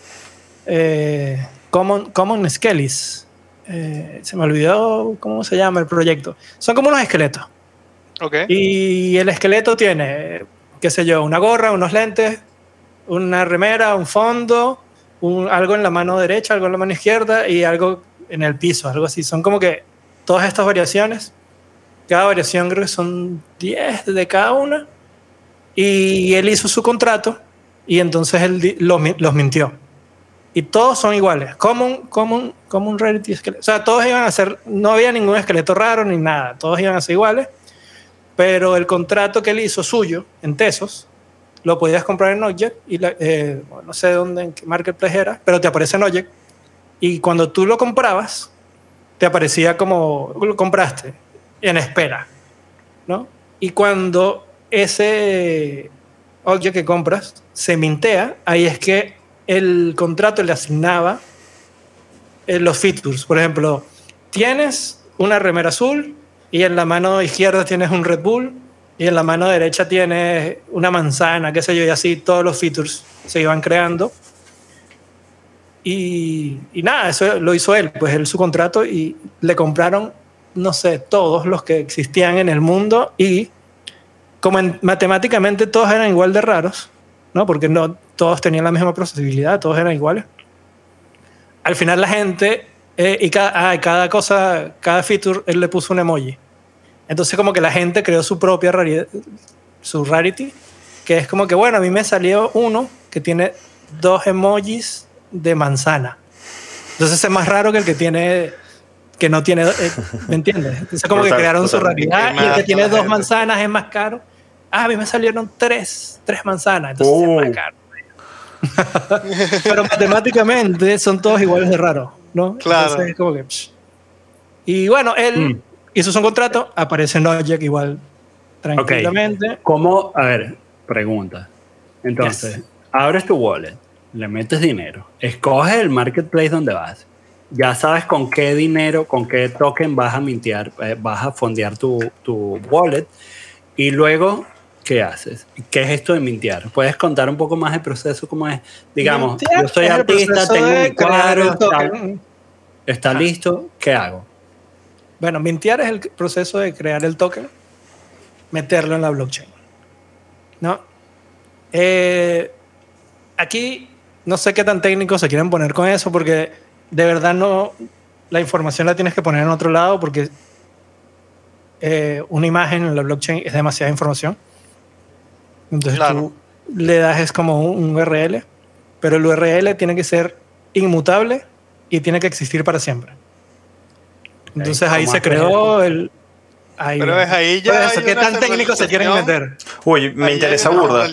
S4: Common Skellies. Se me olvidó cómo se llama el proyecto. Son como unos esqueletos.
S3: Ok.
S4: Y el esqueleto tiene, qué sé yo, una gorra, unos lentes, una remera, un fondo, algo en la mano derecha, algo en la mano izquierda y algo en el piso, algo así. Son como que todas estas variaciones. Cada variación creo que son 10 de cada una. Y él hizo su contrato y entonces él los mintió. Y todos son iguales. Common Rarity esqueleto. O sea, todos iban a ser, no había ningún esqueleto raro ni nada. Todos iban a ser iguales. Pero el contrato que él hizo suyo en Tesos lo podías comprar en Object y no sé dónde, en qué marketplace era, pero te aparece en Object y cuando tú lo comprabas te aparecía como lo compraste en espera, ¿no? Y cuando ese Object que compras se mintea, ahí es que el contrato le asignaba los features. Por ejemplo, tienes una remera azul y en la mano izquierda tienes un Red Bull y en la mano derecha tienes una manzana, qué sé yo, y así todos los features se iban creando. Y nada, eso lo hizo él, pues él su contrato y le compraron, no sé, todos los que existían en el mundo y como matemáticamente todos eran igual de raros, ¿no? Porque no todos tenían la misma procesabilidad, todos eran iguales. Al final la gente, cada cosa, cada feature, él le puso un emoji. Entonces como que la gente creó su propia raridad, su rarity, que es como que, bueno, a mí me salió uno que tiene 2 emojis de manzana. Entonces es más raro que el que tiene, que no tiene, ¿me entiendes? Entonces como que crearon su raridad y el que tiene 2 manzanas es más caro. A mí me salieron 3 manzanas, entonces es más caro. Pero matemáticamente son todos iguales de raros, ¿no?
S3: Claro.
S4: Entonces es como que... Y bueno, él hizo su contrato, aparece en Object igual tranquilamente.
S2: Okay. ¿Cómo? A ver, pregunta. Entonces, abres tu wallet, le metes dinero, escoges el marketplace donde vas, ya sabes con qué dinero, con qué token vas a mintear, vas a fondear tu wallet y luego... ¿Qué haces? ¿Qué es esto de mintear? ¿Puedes contar un poco más el proceso? ¿Cómo es? Digamos,
S4: Mintear
S2: yo soy
S4: es el
S2: artista,
S4: proceso
S2: tengo
S4: de
S2: mi
S4: crear el
S2: cuadro,
S4: token.
S2: está listo, ¿qué hago?
S4: Bueno, mintear es el proceso de crear el token, meterlo en la blockchain, ¿no? Aquí no sé qué tan técnicos se quieren poner con eso, porque de verdad no, la información la tienes que poner en otro lado, porque una imagen en la blockchain es demasiada información. Entonces tú le das es como un URL, pero el URL tiene que ser inmutable y tiene que existir para siempre. Entonces ahí se creó el... Ahí,
S3: pero es ahí ya.
S4: Pues eso, ¿qué tan técnicos se quieren meter?
S1: Uy, me interesa burda.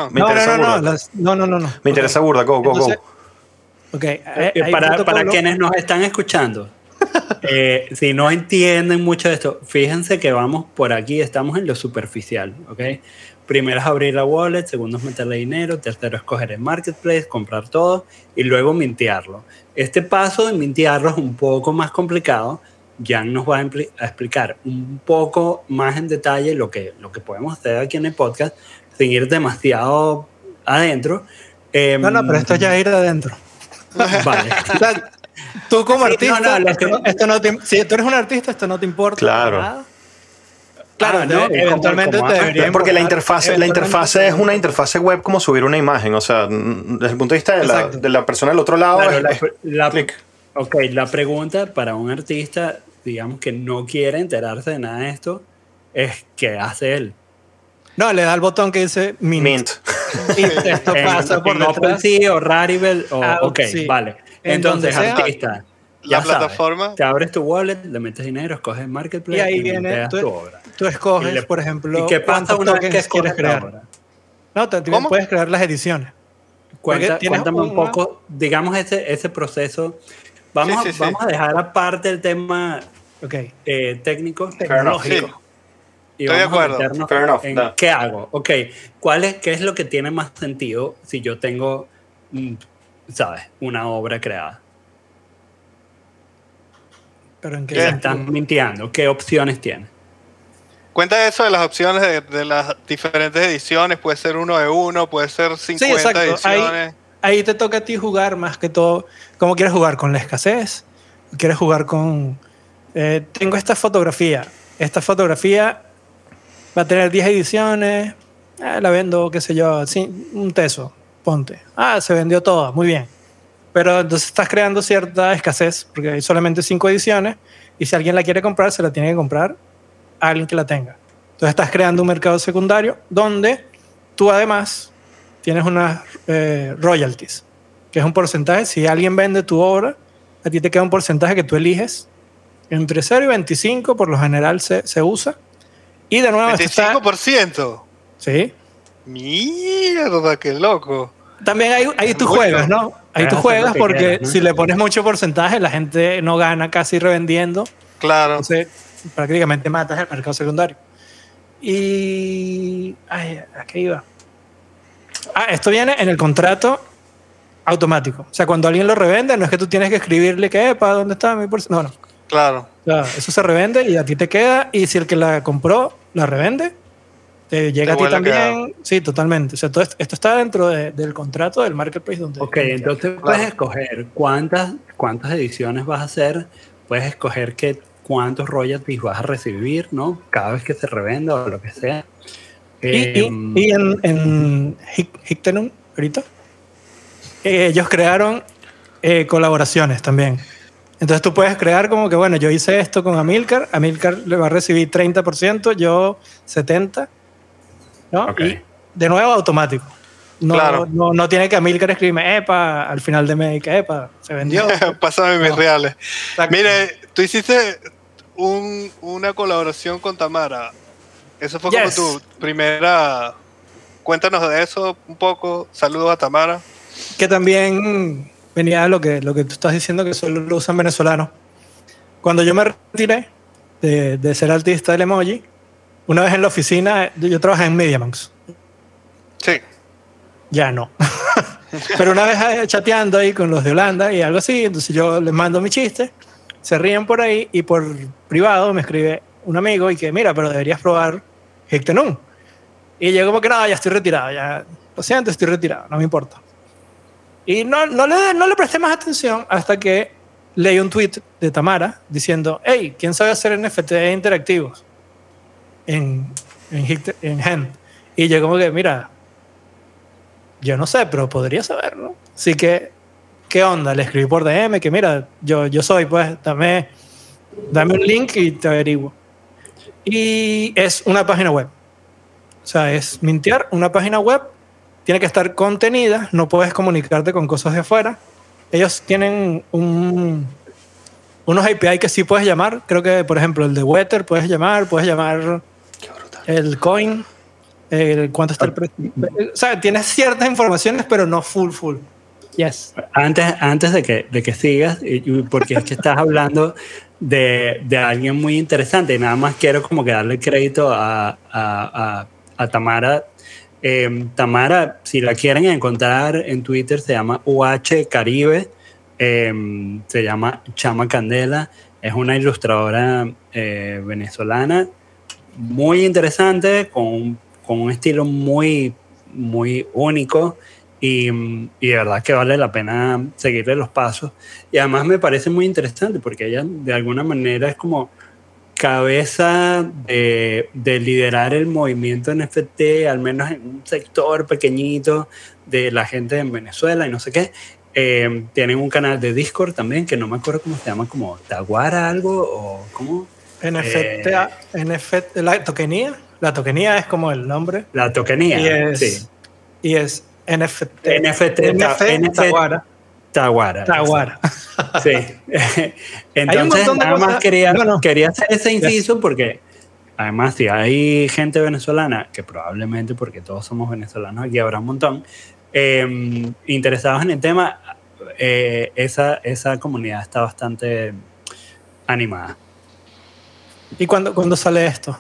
S4: No.
S1: Me interesa burda, go.
S2: Okay, para quienes nos están escuchando, si no entienden mucho de esto, fíjense que vamos por aquí, estamos en lo superficial, ¿ok? Primero es abrir la wallet, segundo es meterle dinero, tercero es coger el marketplace, comprar todo y luego mintearlo. Este paso de mintearlo es un poco más complicado. Jan nos va a explicar un poco más en detalle lo que podemos hacer aquí en el podcast sin ir demasiado adentro.
S4: No, pero esto ya ir adentro.
S2: Vale.
S4: O sea, tú como artista, si tú eres un artista, esto no te importa.
S1: Claro.
S4: Nada. Claro, no, eventualmente te debería
S1: porque
S4: importar,
S1: la interfase es una interfase web como subir una imagen. O sea, desde el punto de vista de la persona del otro lado.
S2: Claro, la pregunta para un artista, digamos que no quiere enterarse de nada de esto, es ¿qué hace él?
S4: No, le da el botón que dice Mint. Y esto pasa por detrás.
S2: OpenSea o Rarible sí. Vale. Entonces, artista,
S3: la plataforma.
S2: Te abres tu wallet, le metes dinero, escoges Marketplace
S4: y ahí viene tu obra. Tú escoges, por ejemplo,
S2: ¿y qué pasa una vez que quieres crear?
S4: No, también puedes crear las ediciones.
S2: Cuéntame un poco, digamos, ese proceso. Vamos a dejar aparte el tema técnico, tecnológico. Y
S3: estoy de acuerdo.
S2: ¿Qué hago? ¿Qué es lo que tiene más sentido si yo tengo, sabes, una obra creada?
S4: ¿Pero en qué
S2: estás mintiendo? ¿Qué opciones tienes?
S3: Cuenta eso de las opciones de las diferentes ediciones. Puede ser uno de uno, puede ser 50 ediciones.
S4: Ahí te toca a ti jugar más que todo. ¿Cómo quieres jugar? ¿Con la escasez? ¿Quieres jugar con... tengo esta fotografía. Esta fotografía va a tener 10 ediciones. La vendo, qué sé yo, un teso. Ponte. Se vendió toda. Muy bien. Pero entonces estás creando cierta escasez porque hay solamente 5 ediciones y si alguien la quiere comprar, se la tiene que comprar a alguien que la tenga. Entonces estás creando un mercado secundario donde tú además tienes unas royalties, que es un porcentaje. Si alguien vende tu obra, a ti te queda un porcentaje que tú eliges. Entre 0 y 25 por lo general se usa. Y de nuevo...
S3: ¿25%?
S4: Sí.
S3: Mierda, qué loco.
S4: También ahí tú juegas, ¿no? Ahí tú juegas porque quieras, ¿no? Si le pones mucho porcentaje, la gente no gana casi revendiendo.
S3: Claro.
S4: Entonces, prácticamente matas el mercado secundario. Y... ¿a qué iba? Esto viene en el contrato automático. O sea, cuando alguien lo revende, no es que tú tienes que escribirle que, ¿dónde está mi porcentaje? No.
S3: Claro.
S4: O sea, eso se revende y a ti te queda. Y si el que la compró la revende, te llega a ti también. Sí, totalmente. O sea, todo esto está dentro del contrato del marketplace.
S2: Entonces puedes escoger cuántas ediciones vas a hacer, puedes escoger cuántos royalties vas a recibir, ¿no? Cada vez que se revenda o lo que sea.
S4: Y en Hictenum, ahorita, ellos crearon colaboraciones también. Entonces tú puedes crear como que, bueno, yo hice esto con Amilcar le va a recibir 30%, yo 70%, ¿no? Y de nuevo automático. No tiene que Amilcar escribirme, al final de mes, que se vendió.
S3: Pásame mis reales. Exacto. Mire, tú hiciste una colaboración con Tamara. Eso fue como tu primera... Cuéntanos de eso un poco. Saludos a Tamara.
S4: Que también venía lo que tú estás diciendo, que solo lo usan venezolanos. Cuando yo me retiré de ser artista del emoji, una vez en la oficina, yo trabajé en MediaMonks.
S3: Sí.
S4: Ya no. Pero una vez chateando ahí con los de Holanda y algo así, entonces yo les mando mi chiste, se ríen por ahí y por privado me escribe un amigo y que, mira, pero deberías probar Hictenum. Y yo como que no, ya estoy retirado, ya lo siento, estoy retirado, no me importa. Y no le presté más atención hasta que leí un tweet de Tamara diciendo, hey, ¿quién sabe hacer NFT interactivos en Gen? Y yo como que, mira, yo no sé, pero podría saberlo. Así que, ¿qué onda? Le escribí por DM que, mira, yo soy, pues, dame un link y te averiguo. Y es una página web. O sea, es mintear una página web. Tiene que estar contenida, no puedes comunicarte con cosas de afuera. Ellos tienen unos API que sí puedes llamar. Creo que, por ejemplo, el de Weather puedes llamar el coin, cuánto está el precio. O sea, tienes ciertas informaciones, pero no full. Yes.
S2: Antes de que sigas, porque es que estás hablando de alguien muy interesante, y nada más quiero como que darle crédito a Tamara. Tamara, si la quieren encontrar en Twitter, se llama UH Caribe, se llama Chama Candela, es una ilustradora venezolana muy interesante, con un estilo muy, muy único. Y de verdad que vale la pena seguirle los pasos. Y además me parece muy interesante porque ella de alguna manera es como cabeza de liderar el movimiento NFT, al menos en un sector pequeñito de la gente en Venezuela y no sé qué. Tienen un canal de Discord también, que no me acuerdo cómo se llama, como Taguara algo o cómo.
S4: NFT, la tokenía. La tokenía es como el nombre.
S2: La tokenía, sí.
S4: Y es NFT
S2: Taguara.
S4: Taguara.
S2: Sí. Entonces, nada más quería hacer ese inciso porque, además, si hay gente venezolana, que probablemente porque todos somos venezolanos, aquí habrá un montón, interesados en el tema, esa comunidad está bastante animada.
S4: ¿Y cuándo sale esto?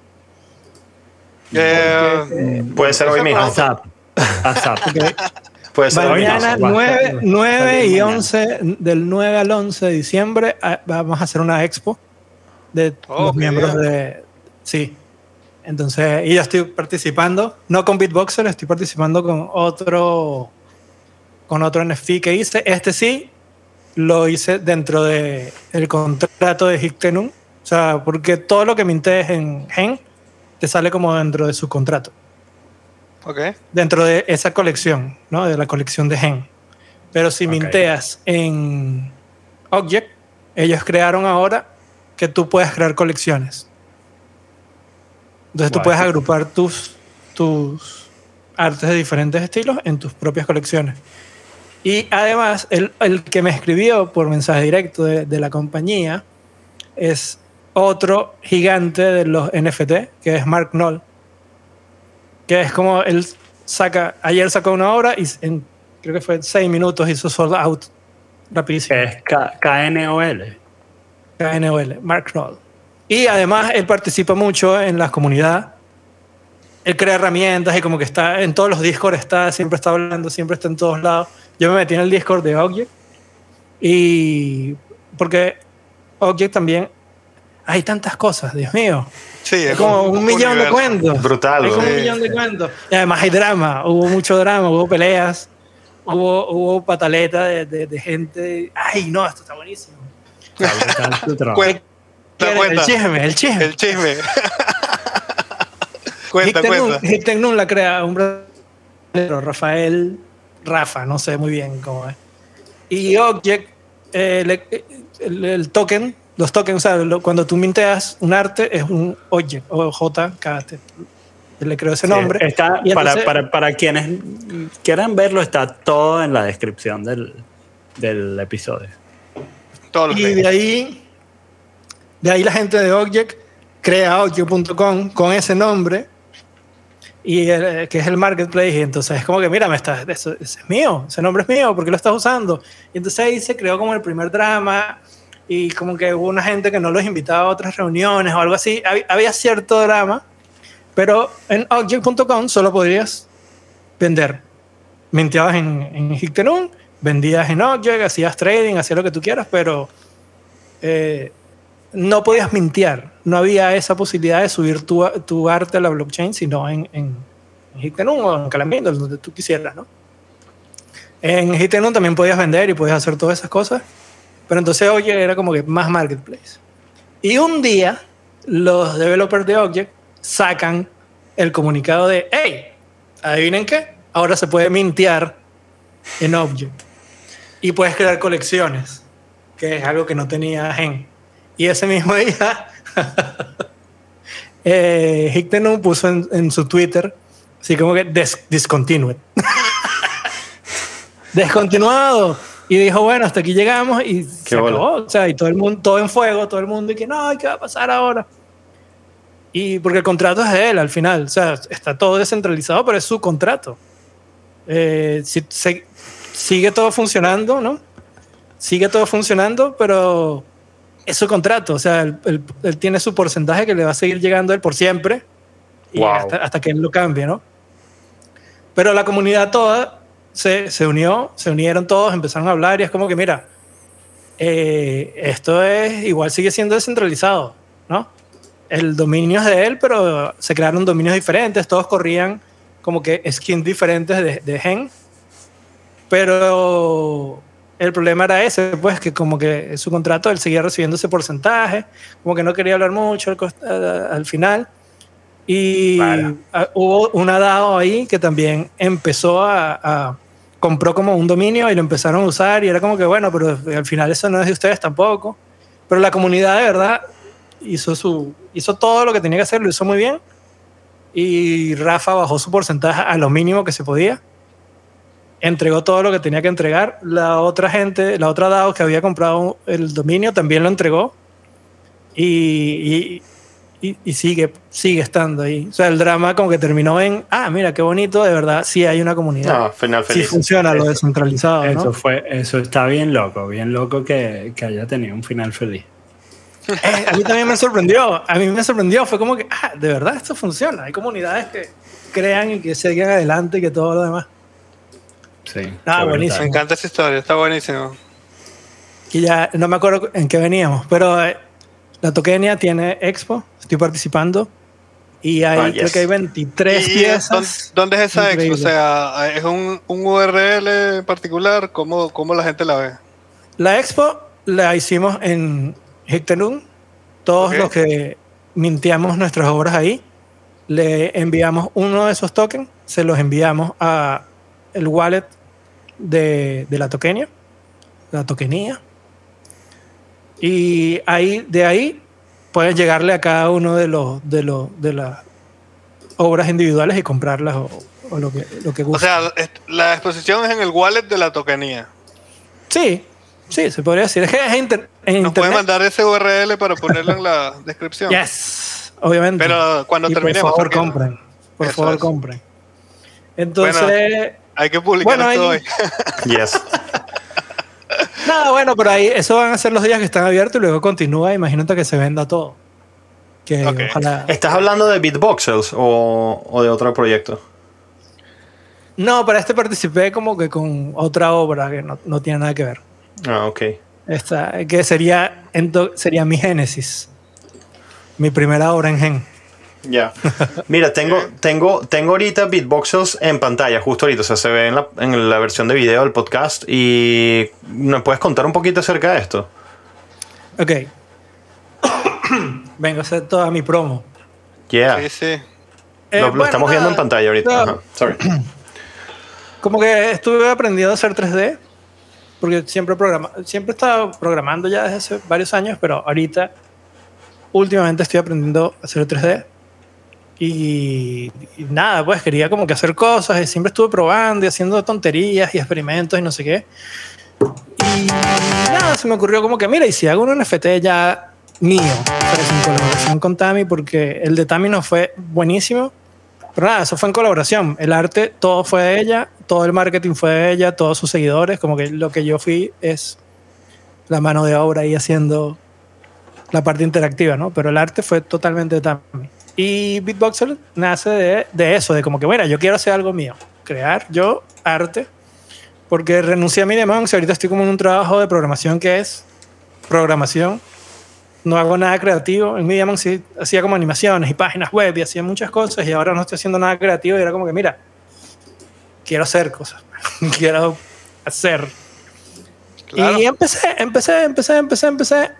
S1: Puede ser hoy mismo.
S2: ASAP. Okay.
S1: Puede ser
S4: mañana 9 y 11, del 9 al 11 de diciembre, vamos a hacer una expo de los miembros de... Sí. Entonces, y yo estoy participando, no con Beatboxer, estoy participando con otro NFT que hice. Este sí lo hice dentro del contrato de Hictenun. O sea, porque todo lo que mintes en Gen te sale como dentro de su contrato.
S3: Okay.
S4: Dentro de esa colección, ¿no? De la colección de Gen. Pero si minteas en Object, ellos crearon ahora que tú puedes crear colecciones. Entonces tú puedes agrupar tus artes de diferentes estilos en tus propias colecciones. Y además, el que me escribió por mensaje directo de la compañía es otro gigante de los NFT, que es Mark Knoll, que es como él ayer sacó una obra y creo que fue en 6 minutos hizo sold out rapidísimo.
S2: Es KNOL.
S4: KNOL, Mark Knoll. Y además él participa mucho en la comunidad. Él crea herramientas y como que está en todos los Discord, siempre está hablando, siempre está en todos lados. Yo me metí en el Discord de Object y porque Object también hay tantas cosas, Dios mío.
S3: Sí,
S4: es como un millón de cuentos.
S1: Brutal.
S4: Hay como un millón de cuentos. Y además hay drama, hubo mucho drama, hubo peleas, hubo pataleta de gente. Ay, no, esto está buenísimo.
S3: Cuenta.
S4: El chisme.
S3: Cuenta.
S4: Hictenun la crea un brasileño, Rafa, no sé muy bien cómo es. Y Object, el token, los tokens, o sea, cuando tú minteas un arte es un Object, o JKT. Le creo ese nombre.
S2: Está, para quienes quieran verlo, está todo en la descripción del episodio.
S4: Y de ahí la gente de Object crea Object.com con ese nombre, y que es el marketplace, y entonces es como que mira, eso es mío, ese nombre es mío, ¿por qué lo estás usando? Y entonces ahí se creó como el primer drama, y como que hubo una gente que no los invitaba a otras reuniones o algo así. Había cierto drama, pero en Object.com solo podrías vender. Minteabas en Hictenun, vendías en Object, hacías trading, hacías lo que tú quieras, pero no podías mintear. No había esa posibilidad de subir tu arte a la blockchain, sino en Hictenun o en Calamine, donde tú quisieras, ¿no? En Hictenun también podías vender y podías hacer todas esas cosas, Pero entonces Object era como que más marketplace. Y un día, los developers de Object sacan el comunicado de, hey, ¿adivinen qué? Ahora se puede mintear en Object. Y puedes crear colecciones, que es algo que no tenía Gen. Y ese mismo día, Hickenlooper puso en su Twitter, así como que discontinued. Descontinuado. Y dijo, bueno, hasta aquí llegamos y se acabó. O sea, y todo el mundo, todo en fuego, todo el mundo, y que no, ¿qué va a pasar ahora? Y porque el contrato es de él al final. O sea, está todo descentralizado, pero es su contrato. Sigue todo funcionando, ¿no? Sigue todo funcionando, pero es su contrato. O sea, él tiene su porcentaje que le va a seguir llegando a él por siempre. Y
S1: Wow.
S4: hasta que él lo cambie, ¿no? Pero la comunidad toda se unieron todos, empezaron a hablar y es como que, mira, esto es, igual sigue siendo descentralizado, ¿no? El dominio es de él, pero se crearon dominios diferentes, todos corrían como que skins diferentes de Gen, pero el problema era ese, pues, que como que su contrato él seguía recibiendo ese porcentaje, como que no quería hablar mucho al final. Y hubo una DAO ahí que también empezó compró como un dominio y lo empezaron a usar y era como que bueno, pero al final eso no es de ustedes tampoco. Pero la comunidad de verdad hizo todo lo que tenía que hacer, lo hizo muy bien. Y Rafa bajó su porcentaje a lo mínimo que se podía. Entregó todo lo que tenía que entregar. La otra DAO que había comprado el dominio también lo entregó. Y sigue estando ahí. O sea, el drama como que terminó en, mira, qué bonito, de verdad, sí hay una comunidad.
S1: Final feliz.
S4: Sí funciona lo descentralizado, ¿no?
S2: Eso está bien loco que haya tenido un final feliz.
S4: A mí también me sorprendió. Fue como que, de verdad esto funciona. Hay comunidades que crean y que siguen adelante y que todo lo demás.
S2: Sí.
S4: Buenísimo.
S3: Me encanta esa historia, está buenísimo.
S4: Y ya no me acuerdo en qué veníamos, pero la Tokenia tiene expo, estoy participando y creo que hay 23 piezas.
S3: ¿Dónde es esa
S4: Increíble.
S3: expo? O sea, ¿es un URL en particular? ¿Cómo la gente la ve?
S4: La expo la hicimos en Hickenlooper. Todos los que minteamos nuestras obras ahí, le enviamos uno de esos tokens, se los enviamos a el wallet de la Tokenia, la Tokenía. Y de ahí puedes llegarle a cada uno de las obras individuales y comprarlas o lo que guste.
S3: O sea, la exposición es en el wallet de la tokenía.
S4: Sí, se podría decir. Es que es en
S3: ¿Nos
S4: internet.
S3: puede mandar ese URL para ponerlo en la descripción?
S4: Yes, obviamente.
S3: Pero cuando terminemos.
S4: Por favor, compren. Entonces,
S3: hay que publicar esto hoy.
S1: Yes.
S4: Nada, bueno, pero ahí eso van a ser los días que están abiertos y luego continúa. Imagínate que se venda todo. Que ojalá.
S1: ¿Estás hablando de Beatboxels o de otro proyecto?
S4: No, para este participé como que con otra obra que no tiene nada que ver.
S1: Ok.
S4: Esta, que sería mi génesis. Mi primera obra en Gen.
S1: Ya. Mira, tengo ahorita Beatboxels en pantalla, justo ahorita. O sea, se ve en la versión de video del podcast. ¿Y me puedes contar un poquito acerca de esto?
S4: Ok. Vengo a hacer toda mi promo.
S1: Yeah.
S3: Sí.
S1: Lo estamos viendo en pantalla ahorita. Ajá. Sorry.
S4: Como que estuve aprendiendo a hacer 3D. Porque siempre he estado programando ya desde hace varios años, pero ahorita, últimamente estoy aprendiendo a hacer 3D. Y nada, pues quería como que hacer cosas y siempre estuve probando y haciendo tonterías y experimentos y no sé qué. Y nada, se me ocurrió como que, mira, y si hago un NFT ya mío, ¿sabes? En colaboración con Tami, porque el de Tami no fue buenísimo. Pero nada, eso fue en colaboración. El arte, todo fue de ella, todo el marketing fue de ella, todos sus seguidores. Como que lo que yo fui es la mano de obra ahí haciendo la parte interactiva, ¿no? Pero el arte fue totalmente de Tami. Y Beatboxer nace de eso, de como que, bueno, yo quiero hacer algo mío, crear yo arte, porque renuncié a mi Demons y ahorita estoy como en un trabajo de programación que es programación. No hago nada creativo. En mi Demons sí hacía como animaciones y páginas web y hacía muchas cosas y ahora no estoy haciendo nada creativo y era como que, mira, quiero hacer cosas, quiero hacer.
S3: Claro.
S4: Y empecé.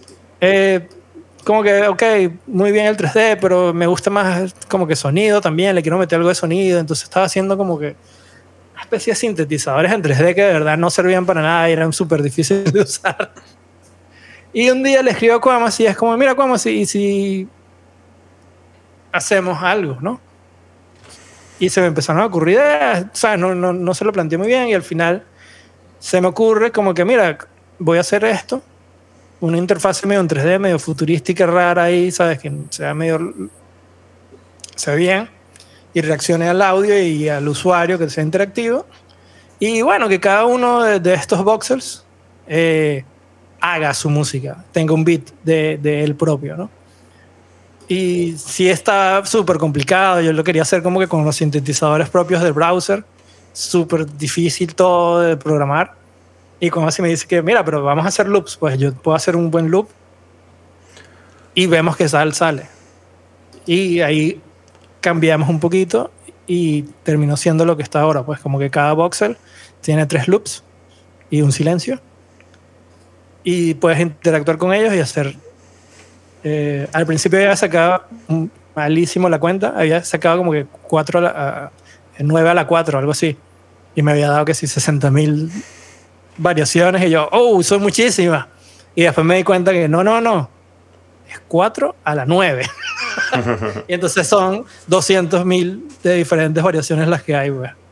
S4: Como que, ok, muy bien el 3D, pero me gusta más como que sonido también, le quiero meter algo de sonido. Entonces estaba haciendo como que una especie de sintetizadores en 3D que de verdad no servían para nada y eran súper difíciles de usar. Y un día le escribo a Quamas y es como, mira Quamas, y si hacemos algo, ¿no? Y se me empezaron a ocurrir ideas, o sea, no se lo planteé muy bien y al final se me ocurre como que, mira, voy a hacer esto, una interfaz medio en 3D, medio futurística, rara ahí, ¿sabes? Que sea medio... se ve bien y reaccione al audio y al usuario, que sea interactivo. Y bueno, que cada uno de estos voxels haga su música, tenga un beat de él propio, ¿no? Y sí está súper complicado, yo lo quería hacer como que con los sintetizadores propios del browser, súper difícil todo de programar. Y como así me dice que, mira, pero vamos a hacer loops, pues yo puedo hacer un buen loop y vemos que sale. Y ahí cambiamos un poquito y terminó siendo lo que está ahora, pues como que cada voxel tiene 3 loops y un silencio y puedes interactuar con ellos y hacer... al principio había sacado malísimo la cuenta, había sacado como que 9 a la 4, algo así, y me había dado que sí 60.000 variaciones y yo, oh, son muchísimas. Y después me di cuenta que no, es 4 a la 9. Y entonces son 200.000 de diferentes variaciones las que hay, pues.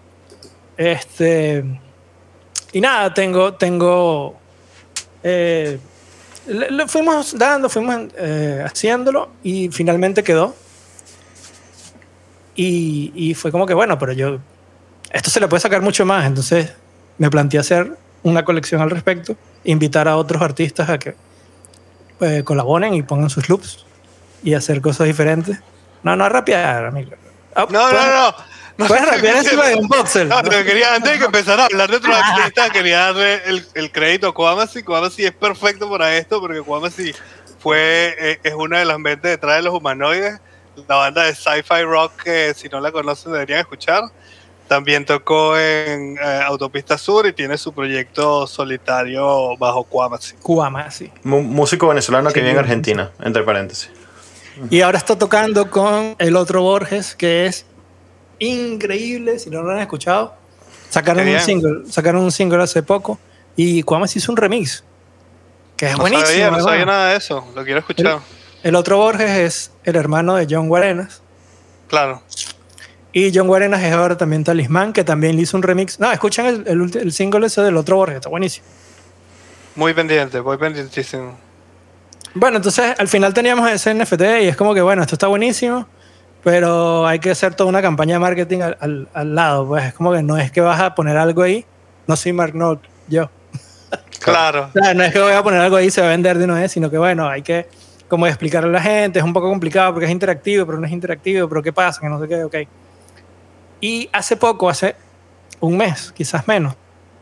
S4: Y nada, le fuimos dando, fuimos haciéndolo y finalmente quedó. Y fue como que, bueno, pero esto se le puede sacar mucho más. Entonces me planteé hacer una colección al respecto, invitar a otros artistas a que colaboren y pongan sus loops y hacer cosas diferentes. No rapear, amigo.
S3: No.
S4: Puedes rapear encima de un voxel.
S3: No, pero antes de que empezara a hablar de otros artistas, quería darle el crédito a Quamasi. Quamasi es perfecto para esto, porque Quamasi es una de las mentes detrás de Los Humanoides, la banda de sci-fi rock que si no la conocen deberían escuchar. También tocó en Autopista Sur y tiene su proyecto solitario bajo Quamasi.
S1: Músico venezolano que vive en Argentina, entre paréntesis.
S4: Y ahora está tocando con el otro Borges, que es increíble, si no lo han escuchado. Sacaron un single hace poco y Quamasi hizo un remix que es buenísimo.
S3: No sabía nada de eso, lo quiero escuchar.
S4: El otro Borges es el hermano de John Guarenas.
S3: Claro.
S4: Y John Guarenas es ahora también Talismán, que también le hizo un remix. No, escuchan el single ese del otro Borges, está buenísimo.
S3: Muy pendiente, voy pendientísimo.
S4: Bueno, entonces al final teníamos ese NFT y es como que, bueno, esto está buenísimo, pero hay que hacer toda una campaña de marketing al lado. Pues es como que no es que vas a poner algo ahí. No soy Mark Knoll, yo.
S3: Claro.
S4: O sea, no es que voy a poner algo ahí y se va a vender de una vez, sino que, bueno, hay que como explicarle a la gente. Es un poco complicado porque es interactivo, pero no es interactivo. Pero ¿qué pasa? Que no sé qué, ok. Y hace un mes, quizás menos,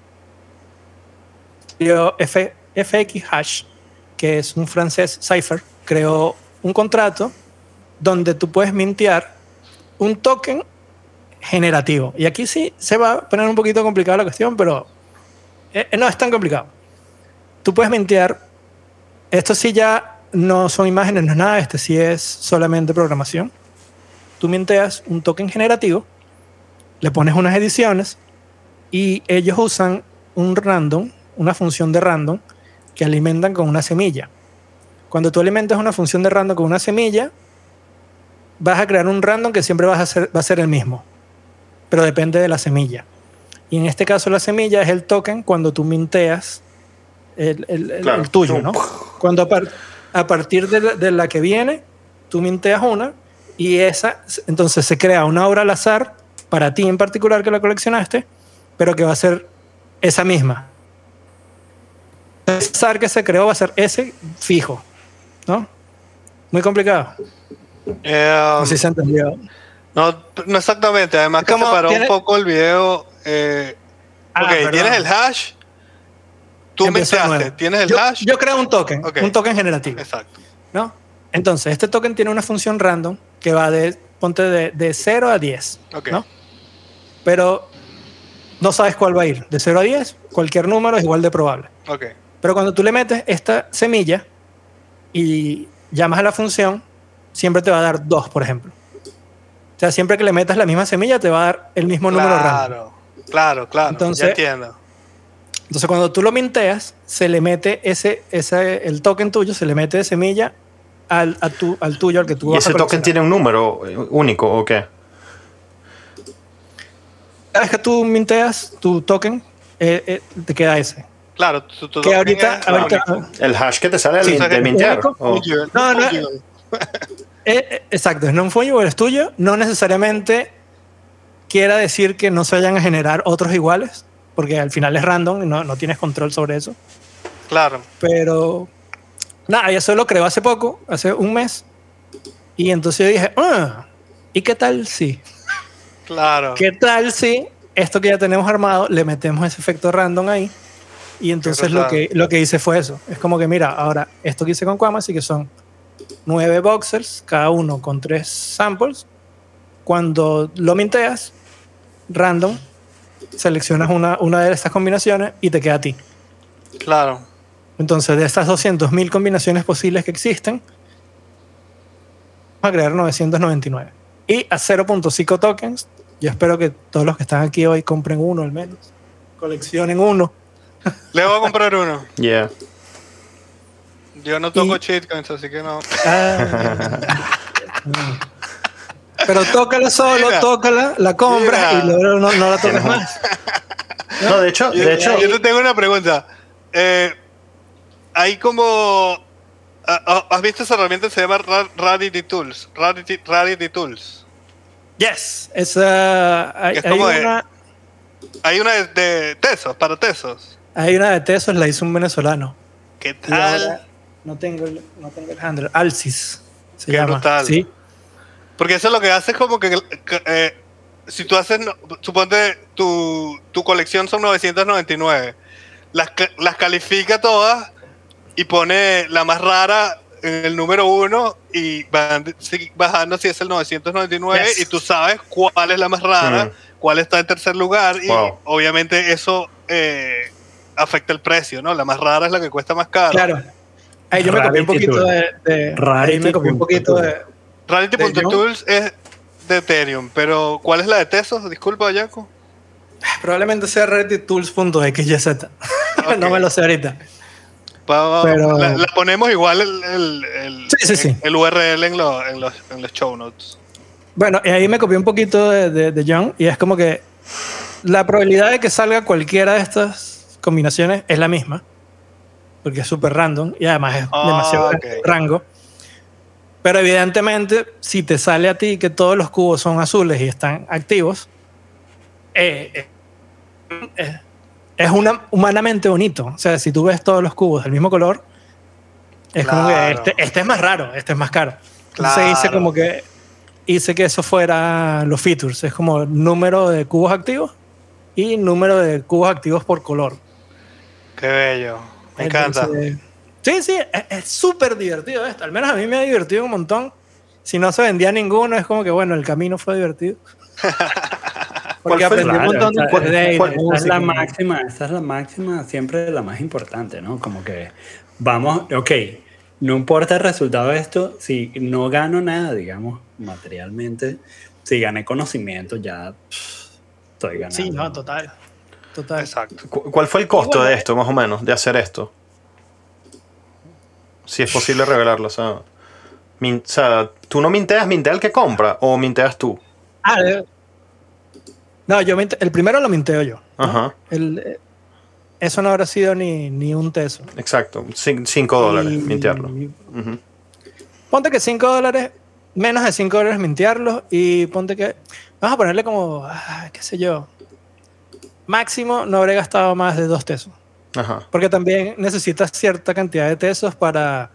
S4: FX Hash, que es un francés cipher, creó un contrato donde tú puedes mintear un token generativo. Y aquí sí se va a poner un poquito complicada la cuestión, pero no es tan complicado. Tú puedes mintear, esto sí ya no son imágenes, no es nada, este sí es solamente programación. Tú minteas un token generativo, le pones unas ediciones y ellos usan un random, una función de random que alimentan con una semilla. Cuando tú alimentas una función de random con una semilla, vas a crear un random que siempre va a ser el mismo, pero depende de la semilla. Y en este caso la semilla es el token cuando tú minteas el tuyo, ¿no? Cuando a partir de la que viene, tú minteas una y entonces se crea una obra al azar para ti en particular que la coleccionaste, pero que va a ser esa misma. El azar que se creó va a ser ese fijo, ¿no? Muy complicado. No sé si se entendió.
S3: No exactamente. Además que separó un poco el video. Ok, tienes el hash. Tú minteaste. Tienes el hash.
S4: Yo creo un token. Okay. Un token generativo.
S3: Exacto.
S4: ¿No? Entonces, este token tiene una función random que va ponte de 0 a 10.
S3: Okay.
S4: ¿No? Pero no sabes cuál va a ir. De 0 a 10, cualquier número es igual de probable.
S3: Ok.
S4: Pero cuando tú le metes esta semilla y llamas a la función, siempre te va a dar 2, por ejemplo. O sea, siempre que le metas la misma semilla, te va a dar el mismo número random.
S3: Claro.
S4: Entonces,
S3: ya entiendo.
S4: Entonces, cuando tú lo minteas, se le mete el token tuyo, se le mete de semilla al tuyo, al que tú
S1: ¿Y
S4: vas a
S1: ese token
S4: coleccionar.
S1: tiene un número único o qué?
S4: Cada vez que tú minteas tu token, te queda ese.
S3: Claro, tu
S4: Que
S3: token
S4: ahorita,
S3: es
S4: ahorita
S3: único.
S1: El hash que te sale
S4: Sí,
S1: de mintear.
S4: único.
S1: Oh.
S4: No, exacto, es non-fungible, es tuyo. No necesariamente quiera decir que no se vayan a generar otros iguales, porque al final es random y no tienes control sobre eso.
S3: Claro.
S4: Pero nada, yo eso lo creo hace poco, hace un mes. Y entonces yo dije, ¿y qué tal si?
S3: Claro.
S4: ¿Qué tal si esto que ya tenemos armado le metemos ese efecto random ahí? Y entonces lo que hice fue eso. Es como que mira, ahora esto que hice con Quama, sí que son 9 voxels, cada uno con 3 samples. Cuando lo minteas, random, seleccionas una de estas combinaciones y te queda a ti.
S3: Claro.
S4: Entonces, de estas 200.000 combinaciones posibles que existen, vamos a crear 999. Y a 0.5 tokens, yo espero que todos los que están aquí hoy compren uno al menos. Coleccionen uno.
S3: Le voy a comprar uno.
S1: Yeah.
S3: Yo no toco shitcoins, así que no.
S4: Pero tócala solo,
S3: Mira.
S4: tócala, la compras
S3: Mira.
S4: y luego no la tocas más.
S1: No, de hecho,
S3: Yo te tengo una pregunta. Hay como... ¿Has visto esa herramienta que se llama Rarity Tools? Rarity Tools.
S4: Yes.
S3: Es como hay una de Tesos, para Tesos.
S4: Hay una de Tesos, la hizo un venezolano.
S3: ¿Qué
S4: Y
S3: tal?
S4: ahora no tengo el handle. Alcis se
S3: Qué
S4: llama.
S3: brutal.
S4: Sí.
S3: Porque eso lo que hace es como que si tú haces, suponte tu colección son 999, las califica todas y pone la más rara en el número 1 y van bajando si es el 999
S4: Yes.
S3: y tú sabes cuál es la más rara, cuál está en tercer lugar y obviamente eso afecta el precio, ¿no? La más rara es la que cuesta más caro.
S4: Claro. Ahí yo me copié un poquito ahí me copié un poquito de
S3: Rarity.tools es de Ethereum, pero ¿cuál es la de Tesos? Disculpa, Yaco.
S4: probablemente sea raritytools.xyz.
S3: Okay.
S4: No me lo sé ahorita.
S3: Pero la ponemos igual
S4: Sí.
S3: el URL en los show notes.
S4: Bueno, y ahí me copié un poquito de John y es como que la probabilidad de que salga cualquiera de estas combinaciones es la misma, porque es súper random y además es demasiado rango. Pero evidentemente, si te sale a ti que todos los cubos son azules y están activos, es humanamente bonito. O sea, si tú ves todos los cubos del mismo color, es como que este es más raro, este es más caro. Entonces hice que eso fuera los features. Es como número de cubos activos y número de cubos activos por color.
S3: Qué bello. Me encanta.
S4: Sí, es súper divertido esto. Al menos a mí me ha divertido un montón. Si no se vendía ninguno, es como que, bueno, el camino fue divertido. Porque aprendí un montón de
S2: esta es la máxima, siempre la más importante, ¿no? Como que vamos, no importa el resultado de esto, si no gano nada, digamos, materialmente, si gané conocimiento, ya estoy ganando.
S4: Sí, no, total.
S3: Exacto.
S1: ¿Cuál fue el costo de esto, más o menos, de hacer esto? Si es posible revelarlo, o sea, tú no minteas, mintea el que compra o minteas tú.
S4: No, el primero lo minteo yo, ¿no?
S1: Ajá.
S4: Eso no habrá sido ni un teso.
S1: Exacto, $5 mintearlo.
S4: Ponte que $5, menos de $5 mintearlo y ponte que vamos a ponerle como, qué sé yo, máximo no habré gastado más de 2 tesos.
S1: Ajá.
S4: Porque también necesitas cierta cantidad de tesos para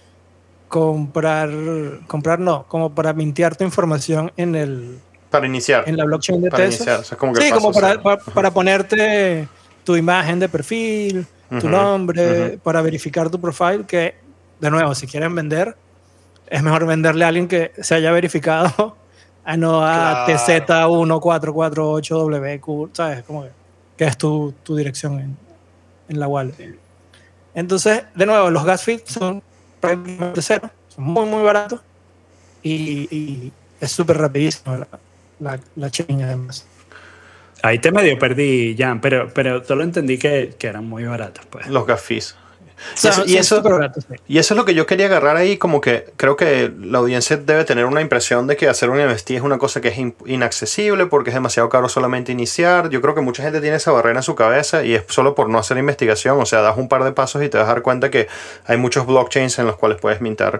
S4: como para mintear tu información
S1: Para iniciar.
S4: en la blockchain de
S1: para
S4: Tesos.
S1: Iniciar. O sea, como que
S4: Sí, como
S1: cero.
S4: para ponerte tu imagen de perfil, tu nombre, para verificar tu profile, que, de nuevo, si quieren vender, es mejor venderle a alguien que se haya verificado, no a TZ1448WQ, ¿sabes? Como que que es tu dirección en la wallet. Entonces, de nuevo, los gas fees son prácticamente cero, son muy, muy baratos y es súper rapidísimo la chain además.
S2: Ahí te medio perdí, Jan, pero solo entendí que eran muy baratos, pues.
S1: Los gas fees.
S4: Y eso
S1: es lo que yo quería agarrar ahí, como que creo que la audiencia debe tener una impresión de que hacer un NFT es una cosa que es inaccesible porque es demasiado caro solamente iniciar. Yo creo que mucha gente tiene esa barrera en su cabeza y es solo por no hacer investigación. O sea, das un par de pasos y te vas a dar cuenta que hay muchos blockchains en los cuales puedes mintear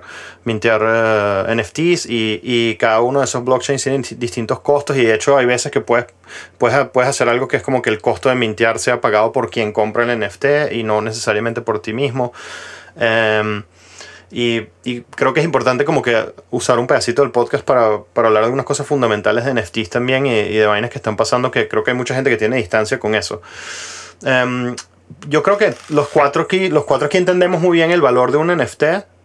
S1: NFTs y cada uno de esos blockchains tiene distintos costos y de hecho hay veces que puedes hacer algo que es como que el costo de mintear sea pagado por quien compra el NFT y no necesariamente por ti mismo. Y creo que es importante como que usar un pedacito del podcast para hablar de algunas cosas fundamentales de NFTs también y de vainas que están pasando, que creo que hay mucha gente que tiene distancia con eso. Yo creo que los cuatro aquí entendemos muy bien el valor de un NFT,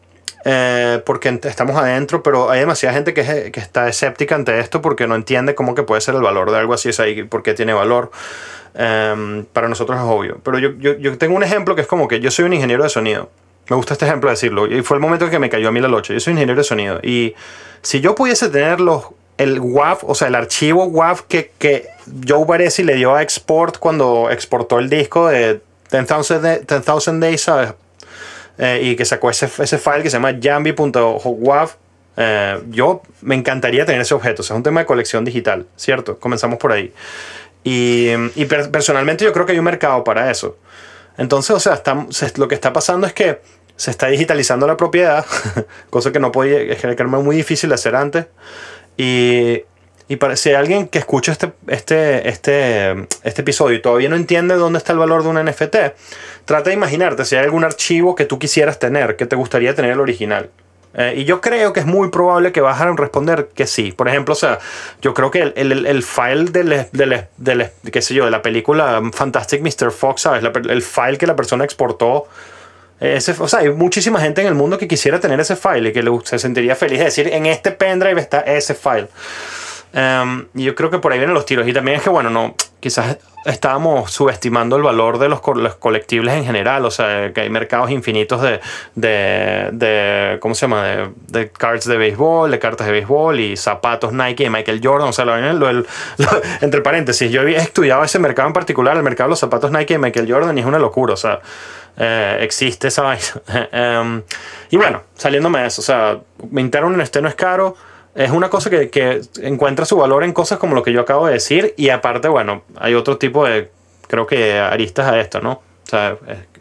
S1: porque estamos adentro, pero hay demasiada gente que está escéptica ante esto porque no entiende cómo que puede ser el valor de algo así, o sea, y por qué tiene valor. Para nosotros es obvio, pero yo tengo un ejemplo que es como que yo soy un ingeniero de sonido. Me gusta este ejemplo de decirlo y fue el momento en que me cayó a mí la locha. Yo soy ingeniero de sonido y si yo pudiese tener el WAV, o sea, el archivo WAV que Joe Baresi le dio a Export cuando exportó el disco de 10,000 Days, ¿sabes? Y que sacó ese file que se llama jambi.wav. Yo me encantaría tener ese objeto. O sea, es un tema de colección digital, ¿cierto? Comenzamos por ahí. Y personalmente yo creo que hay un mercado para eso. Entonces, o sea, lo que está pasando es que se está digitalizando la propiedad, cosa que no podía, es que era muy difícil de hacer antes. Y si hay alguien que escucha este episodio y todavía no entiende dónde está el valor de un NFT, trata de imaginarte si hay algún archivo que tú quisieras tener, que te gustaría tener el original. Y yo creo que es muy probable que vas a responder que sí. Por ejemplo, o sea, yo creo que el file qué sé yo, de la película Fantastic Mr. Fox, ¿sabes? El file que la persona exportó. O sea, hay muchísima gente en el mundo que quisiera tener ese file y que se sentiría feliz de decir, en este pendrive está ese file. Y yo creo que por ahí vienen los tiros. Y también es que, bueno, no, quizás estábamos subestimando el valor de los colectibles en general. O sea, que hay mercados infinitos de ¿cómo se llama? De cards de béisbol, de cartas de béisbol y zapatos Nike de Michael Jordan. O sea, entre paréntesis, yo había estudiado ese mercado en particular, el mercado de los zapatos Nike de Michael Jordan, y es una locura. O sea, existe esa vaina. Y bueno, saliéndome de eso, o sea, mintar un NFT no es caro. Es una cosa que encuentra su valor en cosas como lo que yo acabo de decir. Y aparte, bueno, hay otro tipo de, creo que aristas a esto, ¿no? O sea,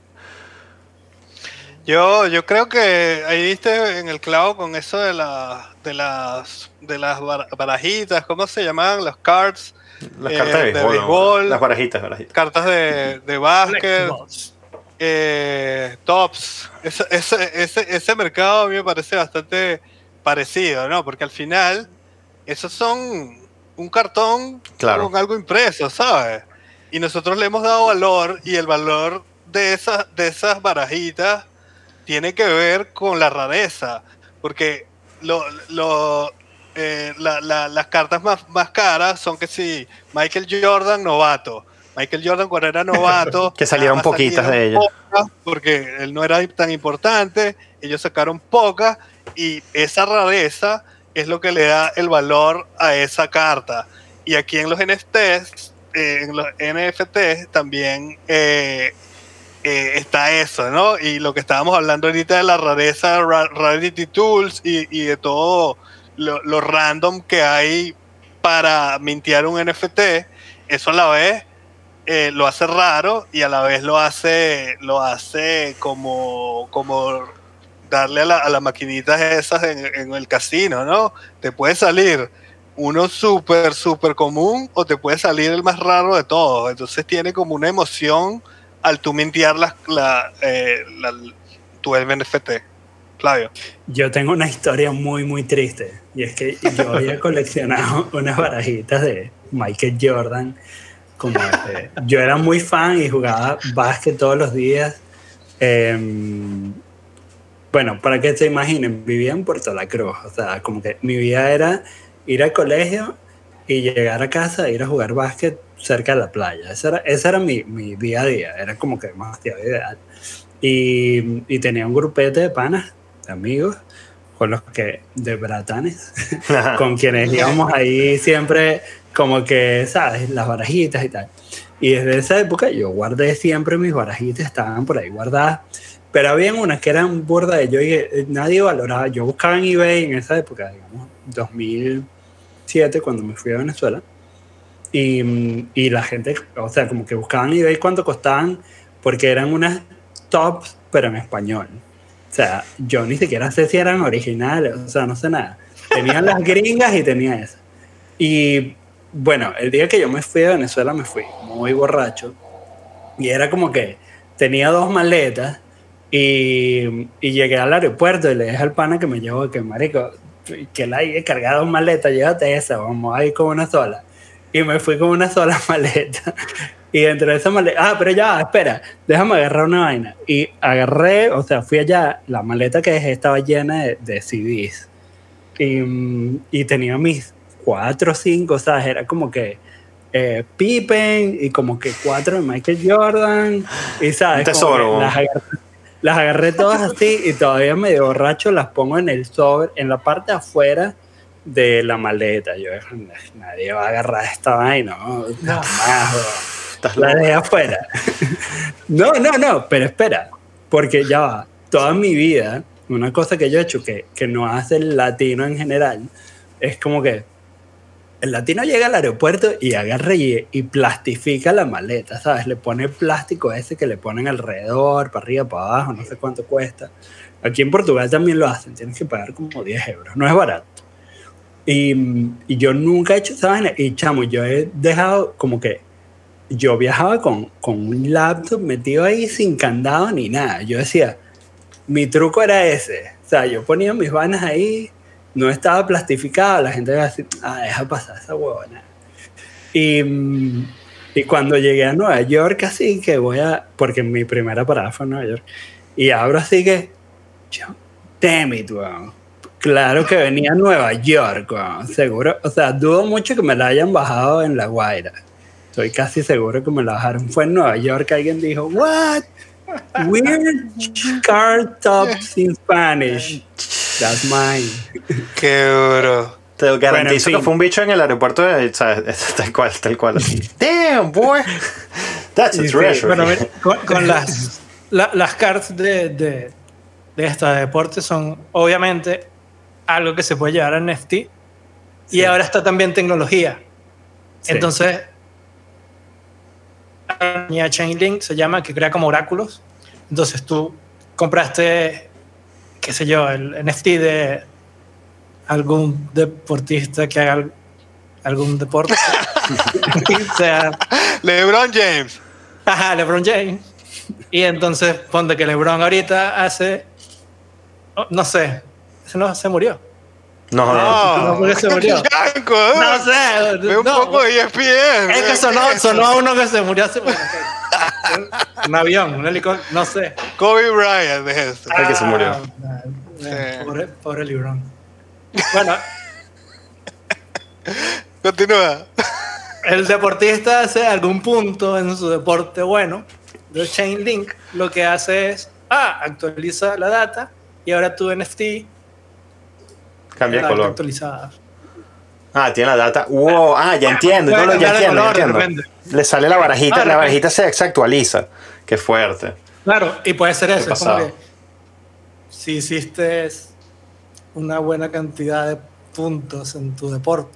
S3: yo creo que ahí diste en el clavo con eso de las barajitas, ¿cómo se llamaban? Los cards.
S1: Las cartas de béisbol. ¿No? Las barajitas.
S3: Cartas de básquet. Tops. Ese mercado a mí me parece bastante parecido, ¿no? Porque al final esos son un cartón con algo impreso, ¿sabes? Y nosotros le hemos dado valor, y el valor de esas barajitas tiene que ver con la rareza, porque las cartas más caras son que si Michael Jordan novato. Michael Jordan cuando era novato
S1: que salieron poquitas de ellas
S3: porque él no era tan importante, ellos sacaron pocas, y esa rareza es lo que le da el valor a esa carta. Y aquí en los NFTs también está eso, ¿no? Y lo que estábamos hablando ahorita de la rareza, Rarity Tools y de todo lo random que hay para mintear un NFT, eso a la vez lo hace raro y a la vez lo hace como darle a las maquinitas esas en el casino, ¿no? Te puede salir uno súper común o te puede salir el más raro de todos. Entonces tiene como una emoción al tú mintear tu NFT. Flavio.
S2: Yo tengo una historia muy triste, y es que yo había coleccionado unas barajitas de Michael Jordan. Yo era muy fan y jugaba básquet todos los días. Bueno, para que se imaginen, vivía en Puerto La Cruz. O sea, como que mi vida era ir al colegio y llegar a casa, ir a jugar básquet cerca de la playa. Ese era mi día a día, era como que demasiado ideal. Y tenía un grupete de panas, de amigos, con los que, de bratanes, con quienes íbamos ahí siempre como que, ¿sabes? Las barajitas y tal. Y desde esa época yo guardé siempre mis barajitas, estaban por ahí guardadas. Pero había unas que eran burda de yo y nadie valoraba. Yo buscaba en eBay en esa época, digamos, 2007, cuando me fui a Venezuela. Y la gente, o sea, como que buscaban en eBay cuánto costaban, porque eran unas tops, pero en español. O sea, yo ni siquiera sé si eran originales, o sea, no sé nada. Tenían las gringas y tenía esas. Y bueno, el día que yo me fui a Venezuela me fui muy borracho. Y era como que tenía 2 maletas y llegué al aeropuerto y le dije al pana que me llevó, que marico, que la he cargado 2 maletas, llévate esa, vamos a ir con una sola. Y me fui con una sola maleta. Y dentro de esa maleta, pero ya, espera, déjame agarrar una vaina. Y agarré, o sea, fui allá, la maleta que dejé estaba llena de CDs. Y tenía mis 4 o 5, ¿sabes? Era como que Pippen y como que 4 de Michael Jordan. Y, ¿sabes?
S1: Un tesoro.
S2: Las agarré todas así y todavía medio borracho las pongo en el sobre, en la parte afuera de la maleta. Yo dije, nadie va a agarrar esta vaina, no. La dejé afuera. No, pero espera, porque ya va, toda mi vida, una cosa que yo he hecho que no hace el latino en general, es como que el latino llega al aeropuerto y agarra y plastifica la maleta, ¿sabes? Le pone plástico ese que le ponen alrededor, para arriba, para abajo, no sé cuánto cuesta. Aquí en Portugal también lo hacen, tienes que pagar como 10 euros, no es barato. Y yo nunca he hecho esa vaina, y chamo, yo he dejado como que yo viajaba con un laptop metido ahí sin candado ni nada. Yo decía, mi truco era ese. O sea, yo ponía mis vainas ahí, no estaba plastificado, la gente iba a decir, deja pasar esa huevona. Y cuando llegué a Nueva York, así que porque mi primera parada fue en Nueva York, y abro así que, damn it, weón. Claro que venía a Nueva York, weón. Seguro, o sea, dudo mucho que me la hayan bajado en La Guaira. Estoy casi seguro que me la bajaron. Fue en Nueva York, alguien dijo, what? Weird car tops in Spanish. That's mine.
S3: Qué duro.
S1: Te garantizo
S2: Bueno,
S1: que fue un bicho en el aeropuerto, ¿sabes? Tal cual. Damn, boy. That's a treasure.
S4: Bueno, mira, con las cards de estos deportes son obviamente algo que se puede llevar a NFT. Sí. Y ahora está también tecnología. Sí. Entonces, la compañía Chainlink se llama, que crea como oráculos. Entonces tú compraste, qué sé yo, el NFT de algún deportista que haga algún deporte. O sea,
S3: LeBron James.
S4: Ajá, LeBron James. Y entonces ponte que LeBron ahorita hace, no sé, no se murió.
S3: No,
S4: porque se murió.
S3: Yanko,
S4: no sé.
S3: Ve un poco de ESPN.
S4: Es que sonó a uno que se murió hace un avión, un helicóptero, no sé.
S3: Kobe Bryant es esto.
S1: El que se murió.
S4: Pobre LeBron. Bueno.
S3: Continúa.
S4: El deportista hace algún punto en su deporte bueno. De Chainlink lo que hace es actualiza la data y ahora tu NFT
S1: cambia de color.
S4: Actualizada.
S1: Tiene la data. Wow, ya entiendo. Ya entiendo. Le sale la barajita, la barajita se actualiza. Qué fuerte.
S4: Claro, y puede ser eso. Es como que si hiciste una buena cantidad de puntos en tu deporte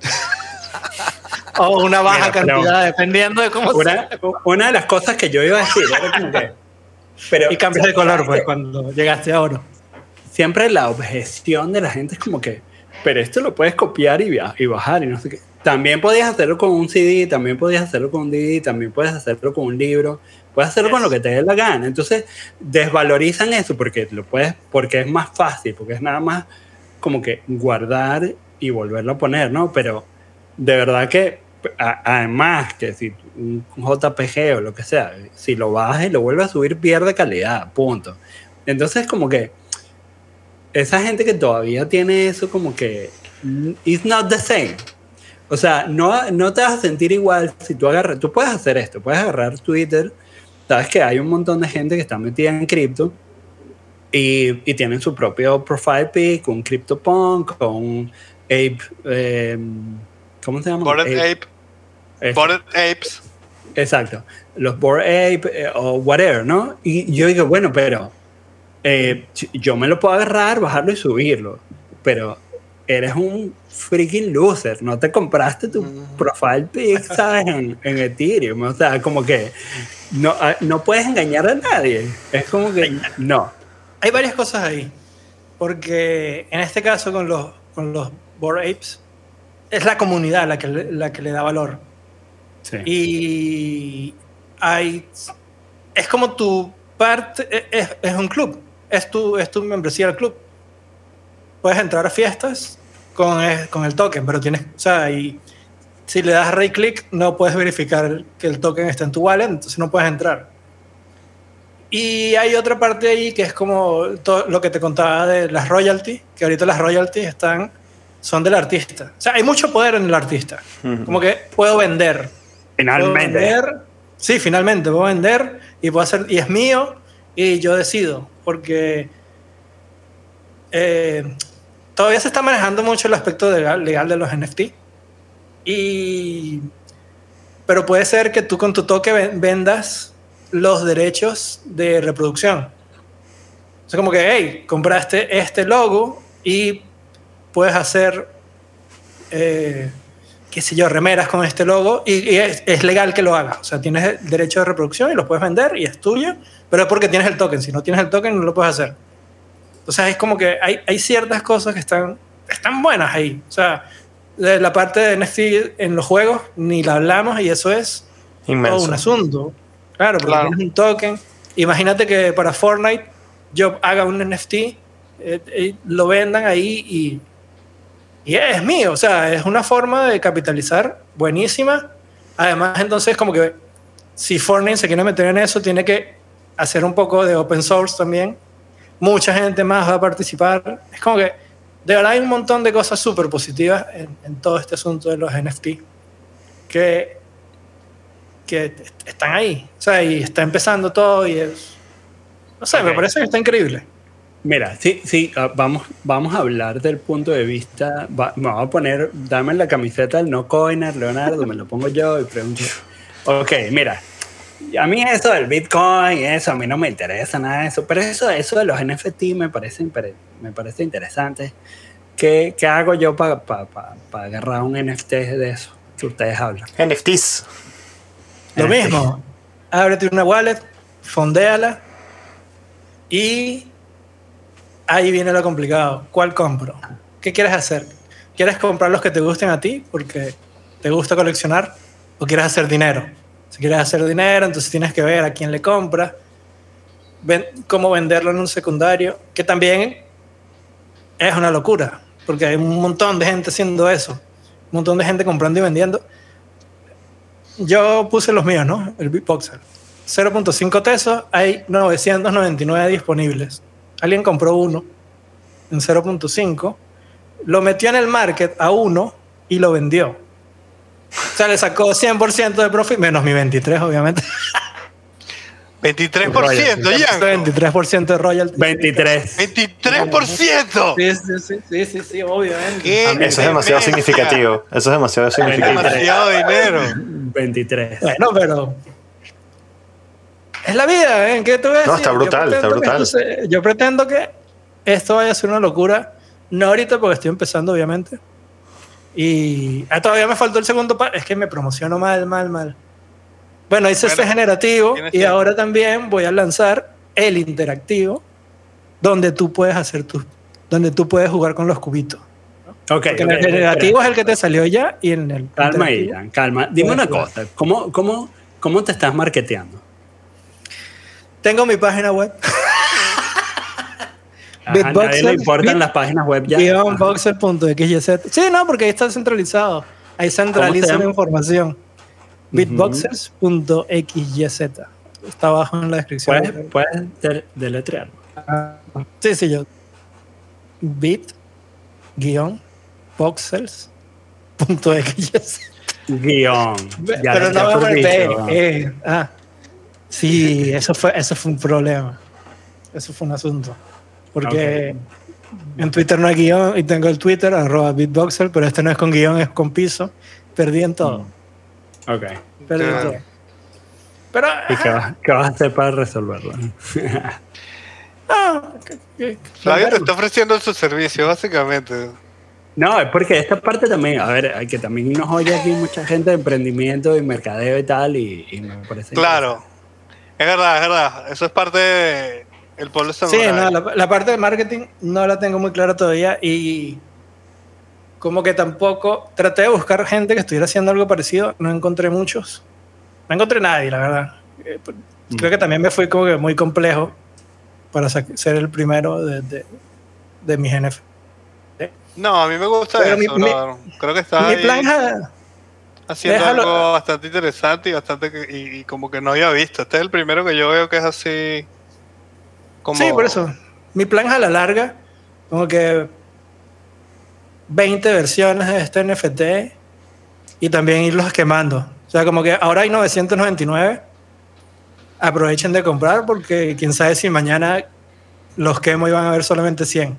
S4: o una baja cantidad, dependiendo de cómo sea.
S2: Una de las cosas que yo iba a decir era como que...
S4: y cambias de color pues cuando llegaste a oro.
S2: Siempre la objeción de la gente es como que, pero esto lo puedes copiar y bajar y no sé qué. También podías hacerlo con un CD, también podías hacerlo con un DVD, también puedes hacerlo con un libro, puedes hacerlo con lo que te dé la gana. Entonces desvalorizan eso porque es más fácil, porque es nada más como que guardar y volverlo a poner, ¿no? Pero de verdad que además que si un JPG o lo que sea, si lo bajas y lo vuelves a subir, pierde calidad, punto. Entonces como que esa gente que todavía tiene eso como que it's not the same. O sea, no te vas a sentir igual si tú agarras. Tú puedes hacer esto, puedes agarrar Twitter. Sabes que hay un montón de gente que está metida en cripto y tienen su propio profile pic, un CryptoPunk, con un Ape. ¿Cómo se llama?
S3: Bored Ape. Bored Apes.
S2: Exacto. Los Bored Ape o whatever, ¿no? Y yo digo, bueno, pero yo me lo puedo agarrar, bajarlo y subirlo. Pero eres un freaking loser. No te compraste tu profile pic, ¿sabes? En Ethereum. O sea, como que no puedes engañar a nadie. Es como que no.
S4: Hay varias cosas ahí. Porque en este caso con los Bored Apes es la comunidad la que le da valor.
S2: Sí.
S4: Y es como tu parte, es un club, es tu membresía al club. Puedes entrar a fiestas con el token, pero tienes, o sea, y si le das right click no puedes verificar que el token está en tu wallet, entonces no puedes entrar. Y hay otra parte ahí que es como todo lo que te contaba de las royalties, que ahorita las royalties son del artista. O sea, hay mucho poder en el artista. Como que puedo vender.
S2: Finalmente.
S4: Sí, finalmente puedo vender y puedo hacer, y es mío y yo decido, porque todavía se está manejando mucho el aspecto legal de los NFT, pero puede ser que tú con tu token vendas los derechos de reproducción. O sea, como que, hey, compraste este logo y puedes hacer qué sé yo, remeras con este logo y es legal que lo hagas. O sea, tienes el derecho de reproducción y lo puedes vender y es tuyo, pero es porque tienes el token. Si no tienes el token, no lo puedes hacer. Entonces, es como que hay ciertas cosas que están buenas ahí. O sea, de la parte de NFT en los juegos ni la hablamos y eso es
S1: inmenso.
S4: Todo un asunto. Claro, porque tienes un token. Imagínate que para Fortnite yo haga un NFT, lo vendan ahí y es mío, o sea, es una forma de capitalizar buenísima. Además, entonces, como que si Fortnite se quiere meter en eso, tiene que hacer un poco de open source también. Mucha gente más va a participar. Es como que, de verdad, hay un montón de cosas súper positivas en todo este asunto de los NFT que están ahí. O sea, y está empezando todo y es... No sé, me parece que está increíble.
S2: Mira, sí, vamos a hablar del punto de vista. Me voy a poner, dame la camiseta del no coiner, Leonardo, me lo pongo yo y pregunto. Ok, mira, a mí eso del Bitcoin, eso, a mí no me interesa nada de eso, pero eso de los NFT me parece interesante. ¿Qué hago yo para agarrar un NFT de eso que ustedes hablan?
S1: NFTs.
S4: Lo mismo, ábrete una wallet, fondéala y ahí viene lo complicado. ¿Cuál compro? ¿Qué quieres hacer? ¿Quieres comprar los que te gusten a ti porque te gusta coleccionar? ¿O quieres hacer dinero? Si quieres hacer dinero, entonces tienes que ver a quién le compras, cómo venderlo en un secundario, que también es una locura, porque hay un montón de gente haciendo eso, un montón de gente comprando y vendiendo. Yo puse los míos, ¿no? El Bitboxer. 0.5 tesos, hay 999 disponibles. Alguien compró uno en 0.5, lo metió en el market a 1 y lo vendió. O sea, le sacó 100% de profit, menos mi 23, obviamente.
S3: 23%, ya.
S4: 23% de royalty.
S3: 23%.
S4: Sí, obviamente.
S1: Eso es demasiado significativo. Eso es demasiado significativo.
S3: Demasiado dinero.
S2: 23.
S4: Bueno, pero es la vida, ¿eh? ¿Qué te voy a decir?
S1: No, está brutal, está brutal.
S4: Yo pretendo que esto vaya a ser una locura. No ahorita porque estoy empezando, obviamente. Y todavía me faltó el segundo paso. Es que me promociono mal. Bueno, hice este generativo y ahora también voy a lanzar el interactivo, donde tú puedes donde tú puedes jugar con los cubitos.
S2: Okay,
S4: porque el generativo es el que te salió ya y en el
S2: calma ahí, Jan, calma. Dime una cosa, ¿cómo te estás marketeando?
S4: Tengo mi página web.
S2: A nadie le importan las páginas web ya.
S4: Boxer.xyz. Sí, no, porque ahí está centralizado. Ahí centraliza la información. Bitboxers.xyz. Está abajo en la descripción.
S2: ¿Puedes deletrearlo?
S4: Sí, yo. Bit-boxers. punto X.
S2: Guión. Ya
S4: Pero
S2: le
S4: no
S2: está
S4: va a
S2: por
S4: poner
S2: dicho.
S4: Sí, eso fue un problema. Eso fue un asunto. Porque en Twitter no hay guión y tengo el Twitter, @bitboxer, pero este no es con guión, es con piso. Perdí en todo.
S2: Ok.
S4: Perdí en todo. Pero,
S2: ¿Y qué vas a hacer para resolverlo?
S3: Flavio te está ofreciendo su servicio, básicamente.
S2: No, es porque esta parte también, a ver, hay que también nos oye aquí mucha gente de emprendimiento y mercadeo y tal, y me parece
S3: Claro, es verdad, eso es parte del pueblo
S4: sí,
S3: samurai.
S4: no, la parte de marketing no la tengo muy clara todavía y como que tampoco traté de buscar gente que estuviera haciendo algo parecido, no encontré muchos, no encontré nadie, la verdad. Creo que también me fui como que muy complejo para ser el primero de mis NF.
S3: No, a mí me gusta
S4: Pero
S3: eso, brother. Creo que estás
S4: mi
S3: ahí
S4: plan
S3: haciendo
S4: déjalo-
S3: algo bastante interesante y y como que no había visto. Este es el primero que yo veo que es así como...
S4: Sí, por eso. Mi plan es a la larga, como que 20 versiones de este NFT y también irlos quemando. O sea, como que ahora hay 999. Aprovechen de comprar porque quién sabe si mañana los quemo y van a haber solamente 100.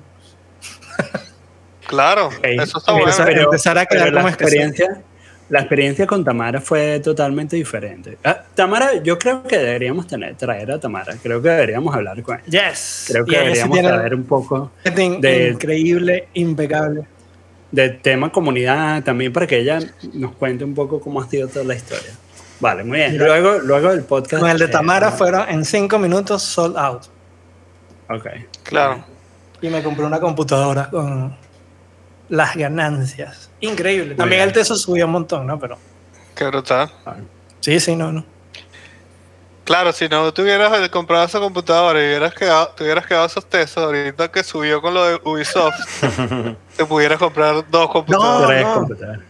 S3: Claro,
S2: Ok,
S3: eso está
S2: ok,
S3: bueno.
S4: Empezar a quedar como
S2: la experiencia con Tamara fue totalmente diferente. Tamara, yo creo que deberíamos traer a Tamara, creo que deberíamos hablar con ella.
S4: Yes.
S2: Creo que
S4: Y ella sí
S2: deberíamos
S4: tiene
S2: saber un poco
S4: marketing
S2: de-
S4: increíble, impecable.
S2: del tema comunidad también para que ella nos cuente un poco cómo ha sido toda la historia. Vale, muy bien.
S4: Mira,
S2: Luego del podcast.
S4: Con el de Tamara fueron en 5 minutos sold out.
S2: Ok.
S3: Claro.
S4: Y me compré una computadora con las ganancias. Increíble. También
S2: bien.
S4: el Teso subió un montón, ¿no? Pero
S3: Qué brutal.
S4: sí, no.
S3: Claro, si no tuvieras comprado esa computadora y te hubieras quedado esos tesos, ahorita que subió con lo de Ubisoft, te pudieras comprar 2 computadoras.
S2: Tres
S4: no.
S2: computadoras.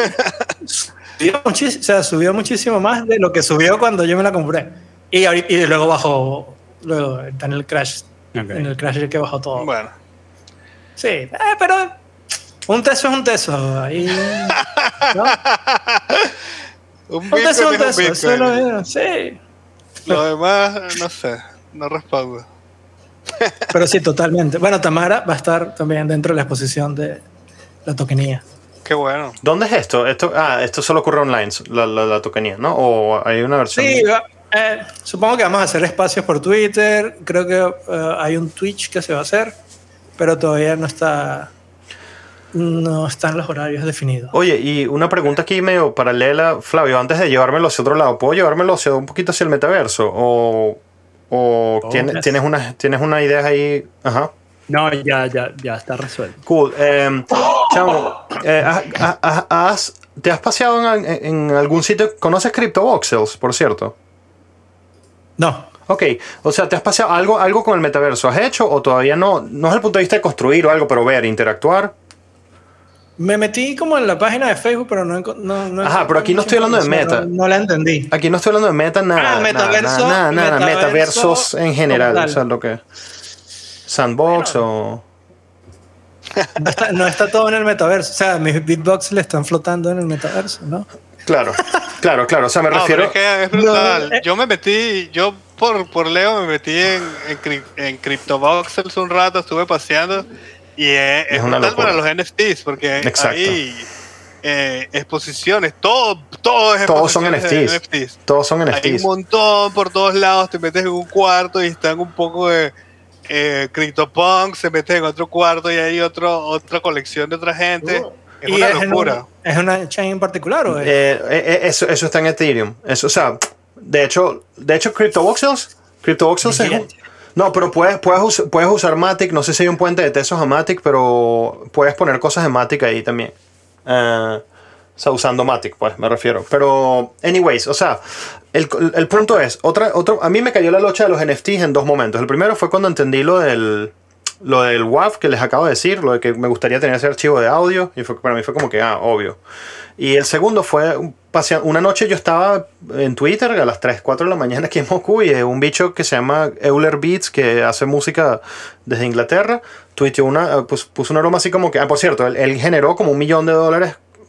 S4: Subió muchísimo más de lo que subió cuando yo me la compré. Y luego bajó, luego está en el crash.
S2: Ok.
S4: En el crash que bajó todo.
S3: Bueno,
S4: Sí, pero un teso es un teso. Ahí, ¿no?
S3: un
S4: Un teso es un
S3: Bitcoin es un
S4: teso. Eso
S3: Bitcoin.
S4: no es, sí.
S3: Lo demás, no sé, no respondo.
S4: Pero sí, totalmente. Bueno, Tamara va a estar también dentro de la exposición de la tokenía.
S3: Qué bueno.
S1: ¿Dónde es esto? Esto solo ocurre online, la tokenía, ¿no? ¿O hay una versión?
S4: Sí, supongo que vamos a hacer espacios por Twitter. Creo que hay un Twitch que se va a hacer, pero todavía no están los horarios definidos.
S1: Oye, y una pregunta aquí medio paralela, Flavio, antes de llevármelo hacia otro lado, ¿puedo llevármelo hacia un poquito hacia el metaverso?
S4: yes.
S1: ¿Tienes una idea ahí? Ajá.
S2: No, ya está resuelto.
S1: Cool. Chamo, ¿te has paseado en algún sitio? ¿Conoces CryptoVoxels, por cierto?
S4: No.
S1: Ok, o sea, ¿te has paseado algo con el metaverso? ¿Has hecho o todavía no? No desde el punto de vista de construir o algo, pero ver, interactuar.
S4: Me metí como en la página de Facebook, pero no
S1: Ajá, pero aquí no estoy hablando de Meta.
S4: No la entendí.
S1: Aquí no estoy hablando de meta, nada.
S4: metaverso,
S1: Nada,
S4: metaverso
S1: metaversos en general.
S4: total.
S1: O sea, lo que. Sandbox o.
S4: No está todo en el metaverso. O sea, mis beatbox le están flotando en el metaverso, ¿no?
S1: Claro. O sea, me
S3: No,
S1: refiero.
S3: pero es que es brutal.
S4: No,
S3: Yo por Leo me metí en CryptoVoxels un rato, estuve paseando y es
S1: una
S3: brutal
S1: locura.
S3: para los NFTs porque
S1: Exacto.
S3: hay exposiciones, todo es
S1: Todos son
S3: exposiciones de
S1: NFTs. Todos son
S3: Hay un
S1: NFTs.
S3: montón por todos lados, te metes en un cuarto y están un poco de CryptoPunk, se mete en otro cuarto y hay otra colección de otra gente. Es
S4: ¿Y
S3: una locura.
S4: ¿Es una chain en particular o es?
S1: Eso está en Ethereum. Eso, o sea, de hecho CryptoVoxels es un. No, pero puedes usar Matic. No sé si hay un puente de Tesos a Matic, pero puedes poner cosas de Matic ahí también. O sea, usando Matic, pues, me refiero. Pero, anyways, o sea, el punto es, a mí me cayó la locha de los NFTs en 2 momentos. El primero fue cuando entendí lo del WAV que les acabo de decir, lo de que me gustaría tener ese archivo de audio, y para mí fue como que, obvio. Y el segundo fue, una noche yo estaba en Twitter a las 3, 4 de la mañana aquí en Moscú y un bicho que se llama Euler Beats, que hace música desde Inglaterra, tuiteó puso una broma así como que, por cierto, él generó como $1 millón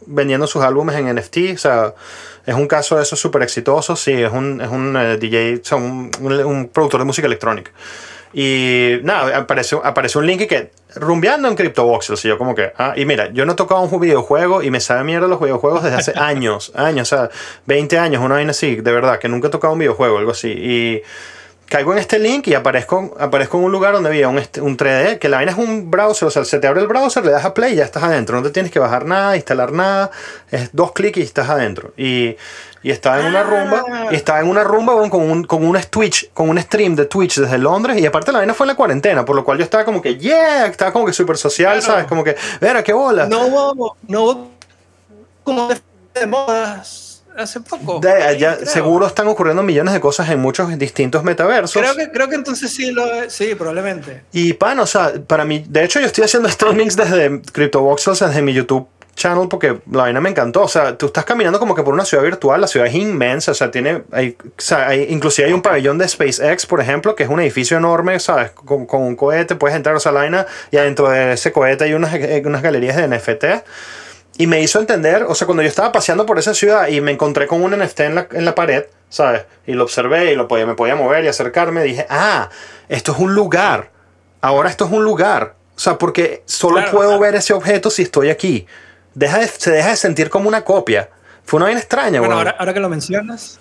S1: vendiendo sus álbumes en NFT. O sea, es un caso de eso súper exitoso. Sí, es un DJ, o sea, un productor de música electrónica. Y nada, apareció un link y que rumbeando en CryptoVoxels. Y yo como que, y mira, yo no he tocado un videojuego y me sabe mierda los videojuegos desde hace años, o sea, 20 años, una vaina así, de verdad, que nunca he tocado un videojuego, algo así. Y caigo en este link y aparezco en un lugar donde había un 3D, que la vaina es un browser, o sea, se te abre el browser, le das a play y ya estás adentro, no te tienes que bajar nada, instalar nada, es 2 clics y estás adentro. Y estaba en una rumba, bueno, con un Twitch, con un stream de Twitch desde Londres, y aparte la vaina fue en la cuarentena, por lo cual yo estaba como que, estaba como que súper social, claro. ¿Sabes? Como que, verá, qué bola.
S4: No hubo como de modas hace poco.
S1: Seguro están ocurriendo millones de cosas en muchos distintos metaversos.
S4: Creo que entonces sí, probablemente.
S1: Y o sea, para mí, de hecho yo estoy haciendo streamings desde CryptoVoxels, desde mi YouTube channel, porque la vaina me encantó. O sea, tú estás caminando como que por una ciudad virtual, la ciudad es inmensa, o sea, inclusive hay un pabellón de SpaceX, por ejemplo, que es un edificio enorme, ¿sabes? Con un cohete, puedes entrar, o sea, la vaina, y adentro de ese cohete hay unas galerías de NFT. Y me hizo entender, o sea, cuando yo estaba paseando por esa ciudad y me encontré con un NFT en la pared, ¿sabes? Y lo observé y me podía mover y acercarme, dije, esto es un lugar. Ahora esto es un lugar. O sea, porque solo puedo ver ese objeto si estoy aquí. Se deja de sentir como una copia. Fue una vaina extraña,
S4: bueno.
S1: Bueno,
S4: ahora que lo mencionas.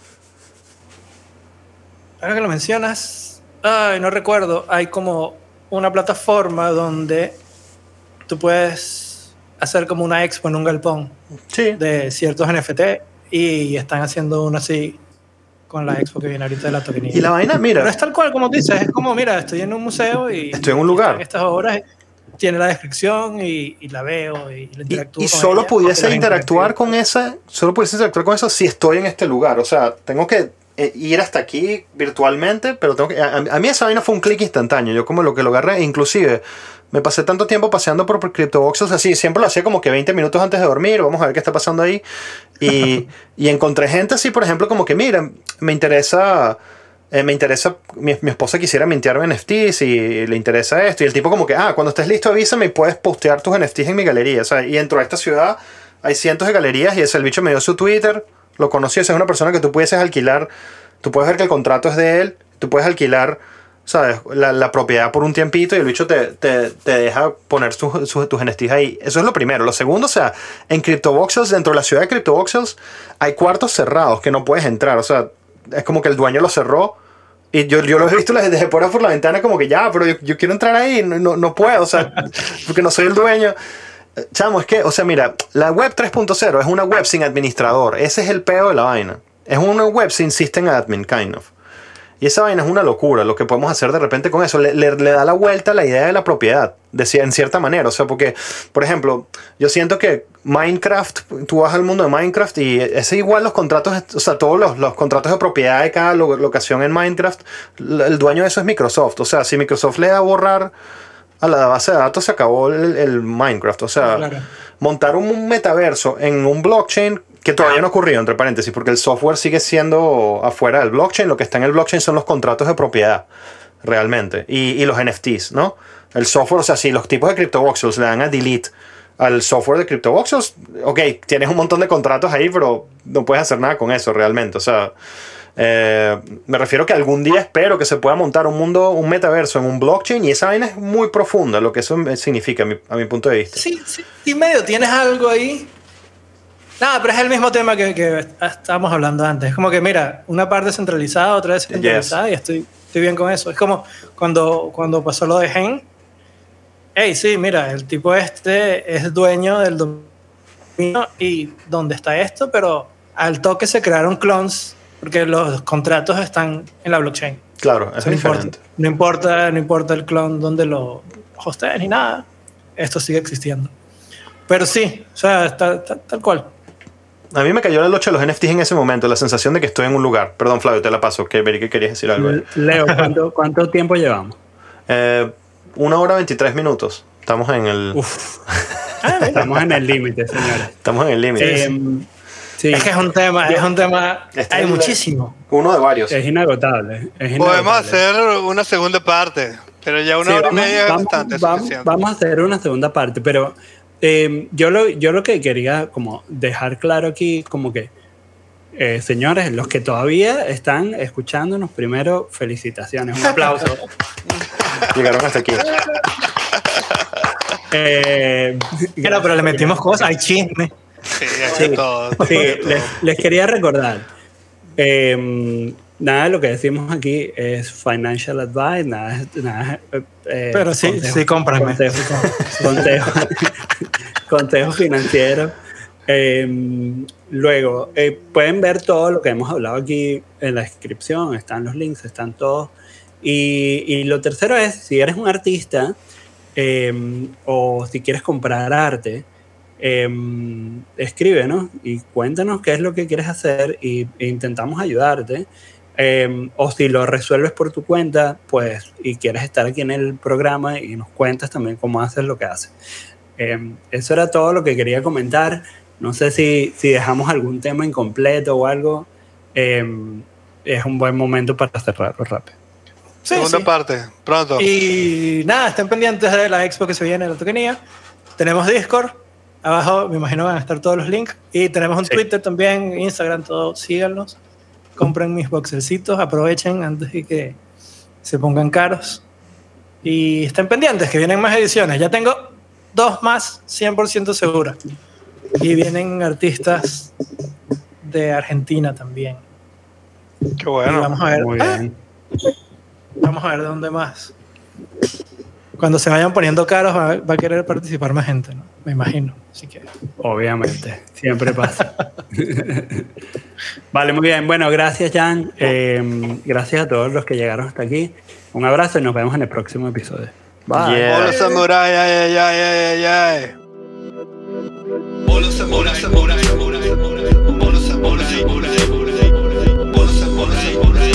S4: No recuerdo. Hay como una plataforma donde tú puedes hacer como una expo en un galpón de ciertos NFT, y están haciendo uno así con la expo que viene ahorita de la tokenía.
S1: Y la vaina, mira.
S4: Pero es tal cual como dices, es como, mira, estoy en un museo y
S1: estoy en un lugar.
S4: Estas obras tiene la descripción y la veo y la interactúo
S1: y solo pudiese interactuar con esa, si estoy en este lugar. O sea, tengo que ir hasta aquí virtualmente, pero tengo que, a mí esa vaina fue un clic instantáneo. Yo como lo que lo agarré, inclusive me pasé tanto tiempo paseando por CryptoVoxels así, siempre lo hacía como que 20 minutos antes de dormir, vamos a ver qué está pasando ahí. Y encontré gente así, por ejemplo, como que mira, me interesa, mi esposa quisiera mintearme NFTs y le interesa esto. Y el tipo como que, cuando estés listo avísame y puedes postear tus NFTs en mi galería. O sea, y dentro de esta ciudad hay cientos de galerías y el bicho me dio su Twitter, lo conocí, es una persona que tú pudieses alquilar, tú puedes ver que el contrato es de él, tú puedes alquilar, ¿sabes? La propiedad por un tiempito y el bicho te deja poner tus NFTs ahí. Eso es lo primero. Lo segundo, o sea, en CryptoVoxels, dentro de la ciudad de CryptoVoxels, hay cuartos cerrados que no puedes entrar. O sea, es como que el dueño lo cerró y yo lo he visto desde fuera por la ventana como que pero yo quiero entrar ahí, no puedo, o sea, porque no soy el dueño. Chamo, es que, o sea, mira, la web 3.0 es una web sin administrador. Ese es el peo de la vaina. Es una web sin system admin, kind of. Y esa vaina es una locura. Lo que podemos hacer de repente con eso le da la vuelta a la idea de la propiedad, en cierta manera. O sea, porque, por ejemplo, yo siento que Minecraft, tú vas al mundo de Minecraft y es igual los contratos, o sea, todos los contratos de propiedad de cada locación en Minecraft, el dueño de eso es Microsoft. O sea, si Microsoft le da a borrar a la base de datos, se acabó el Minecraft. O sea, montar un metaverso en un blockchain que todavía no ocurrió, entre paréntesis, porque el software sigue siendo afuera del blockchain. Lo que está en el blockchain son los contratos de propiedad, realmente, y los NFTs, ¿no? El software, o sea, si los tipos de CryptoVoxels le dan a delete al software de CryptoVoxels, ok, tienes un montón de contratos ahí, pero no puedes hacer nada con eso realmente. O sea, me refiero que algún día espero que se pueda montar un metaverso en un blockchain, y esa vaina es muy profunda, lo que eso significa a mi punto de vista.
S4: Sí, y medio tienes algo ahí. Nada, pero es el mismo tema que estábamos hablando antes. Es como que, mira, una parte centralizada, otra descentralizada, y estoy bien con eso. Es como cuando pasó lo de Gen. Hey, sí, mira, el tipo es dueño del dominio y dónde está esto, pero al toque se crearon clones porque los contratos están en la blockchain.
S1: Claro, es diferente.
S4: No importa el clon donde lo hosteen ni nada. Esto sigue existiendo. Pero sí, o sea, tal cual.
S1: A mí me cayó la noche de los NFTs en ese momento, la sensación de que estoy en un lugar. Perdón, Flavio, te la paso, que querías decir algo.
S2: Leo, ¿cuánto tiempo llevamos?
S1: 1 hora 23 minutos. Estamos en el...
S2: Estamos en el límite, señores.
S1: Estamos en el límite.
S2: Sí.
S4: Es que es un tema, hay muchísimo.
S1: Uno de varios.
S2: Es inagotable.
S3: Podemos hacer una segunda parte, pero ya una hora y media es bastante suficiente.
S2: Vamos a hacer una segunda parte, pero yo lo que quería como dejar claro aquí, como que, señores, los que todavía están escuchándonos, primero, felicitaciones, un aplauso.
S1: Llegaron hasta aquí.
S4: Pero le metimos cosas, hay chisme.
S3: Sí, todo.
S2: Sí, les quería recordar. Nada de lo que decimos aquí es financial advice, nada
S4: Pero sí, cómpranme.
S2: Consejo financiero. Luego, pueden ver todo lo que hemos hablado aquí en la descripción, están los links, están todos. Y lo tercero es, si eres un artista o si quieres comprar arte, escríbenos y cuéntanos qué es lo que quieres hacer e intentamos ayudarte. O si lo resuelves por tu cuenta, pues, y quieres estar aquí en el programa y nos cuentas también cómo haces lo que haces. Eso era todo lo que quería comentar. No sé si dejamos algún tema incompleto o algo. Es un buen momento para cerrarlo rápido.
S3: Segunda parte, pronto.
S4: Y nada, estén pendientes de la expo que se viene en la Tokenía. Tenemos Discord. Abajo me imagino van a estar todos los links. Y tenemos un Twitter también, Instagram, todo. Síganos. Compren mis boxercitos. Aprovechen antes de que se pongan caros. Y estén pendientes que vienen más ediciones. Ya tengo 2 más 100% seguras. Y vienen artistas de Argentina también.
S3: Qué bueno.
S4: Y vamos a ver.
S2: Muy bien.
S4: Vamos a ver de dónde más. Cuando se vayan poniendo caros va a querer participar más gente, ¿no? Me imagino. Así que...
S2: Obviamente, siempre pasa. Vale, muy bien. Bueno, gracias, Jan. Gracias a todos los que llegaron hasta aquí. Un abrazo y nos vemos en el próximo episodio. Bye.
S1: Yeah.
S3: Hola, samurai, ay.
S5: Hola, samurai.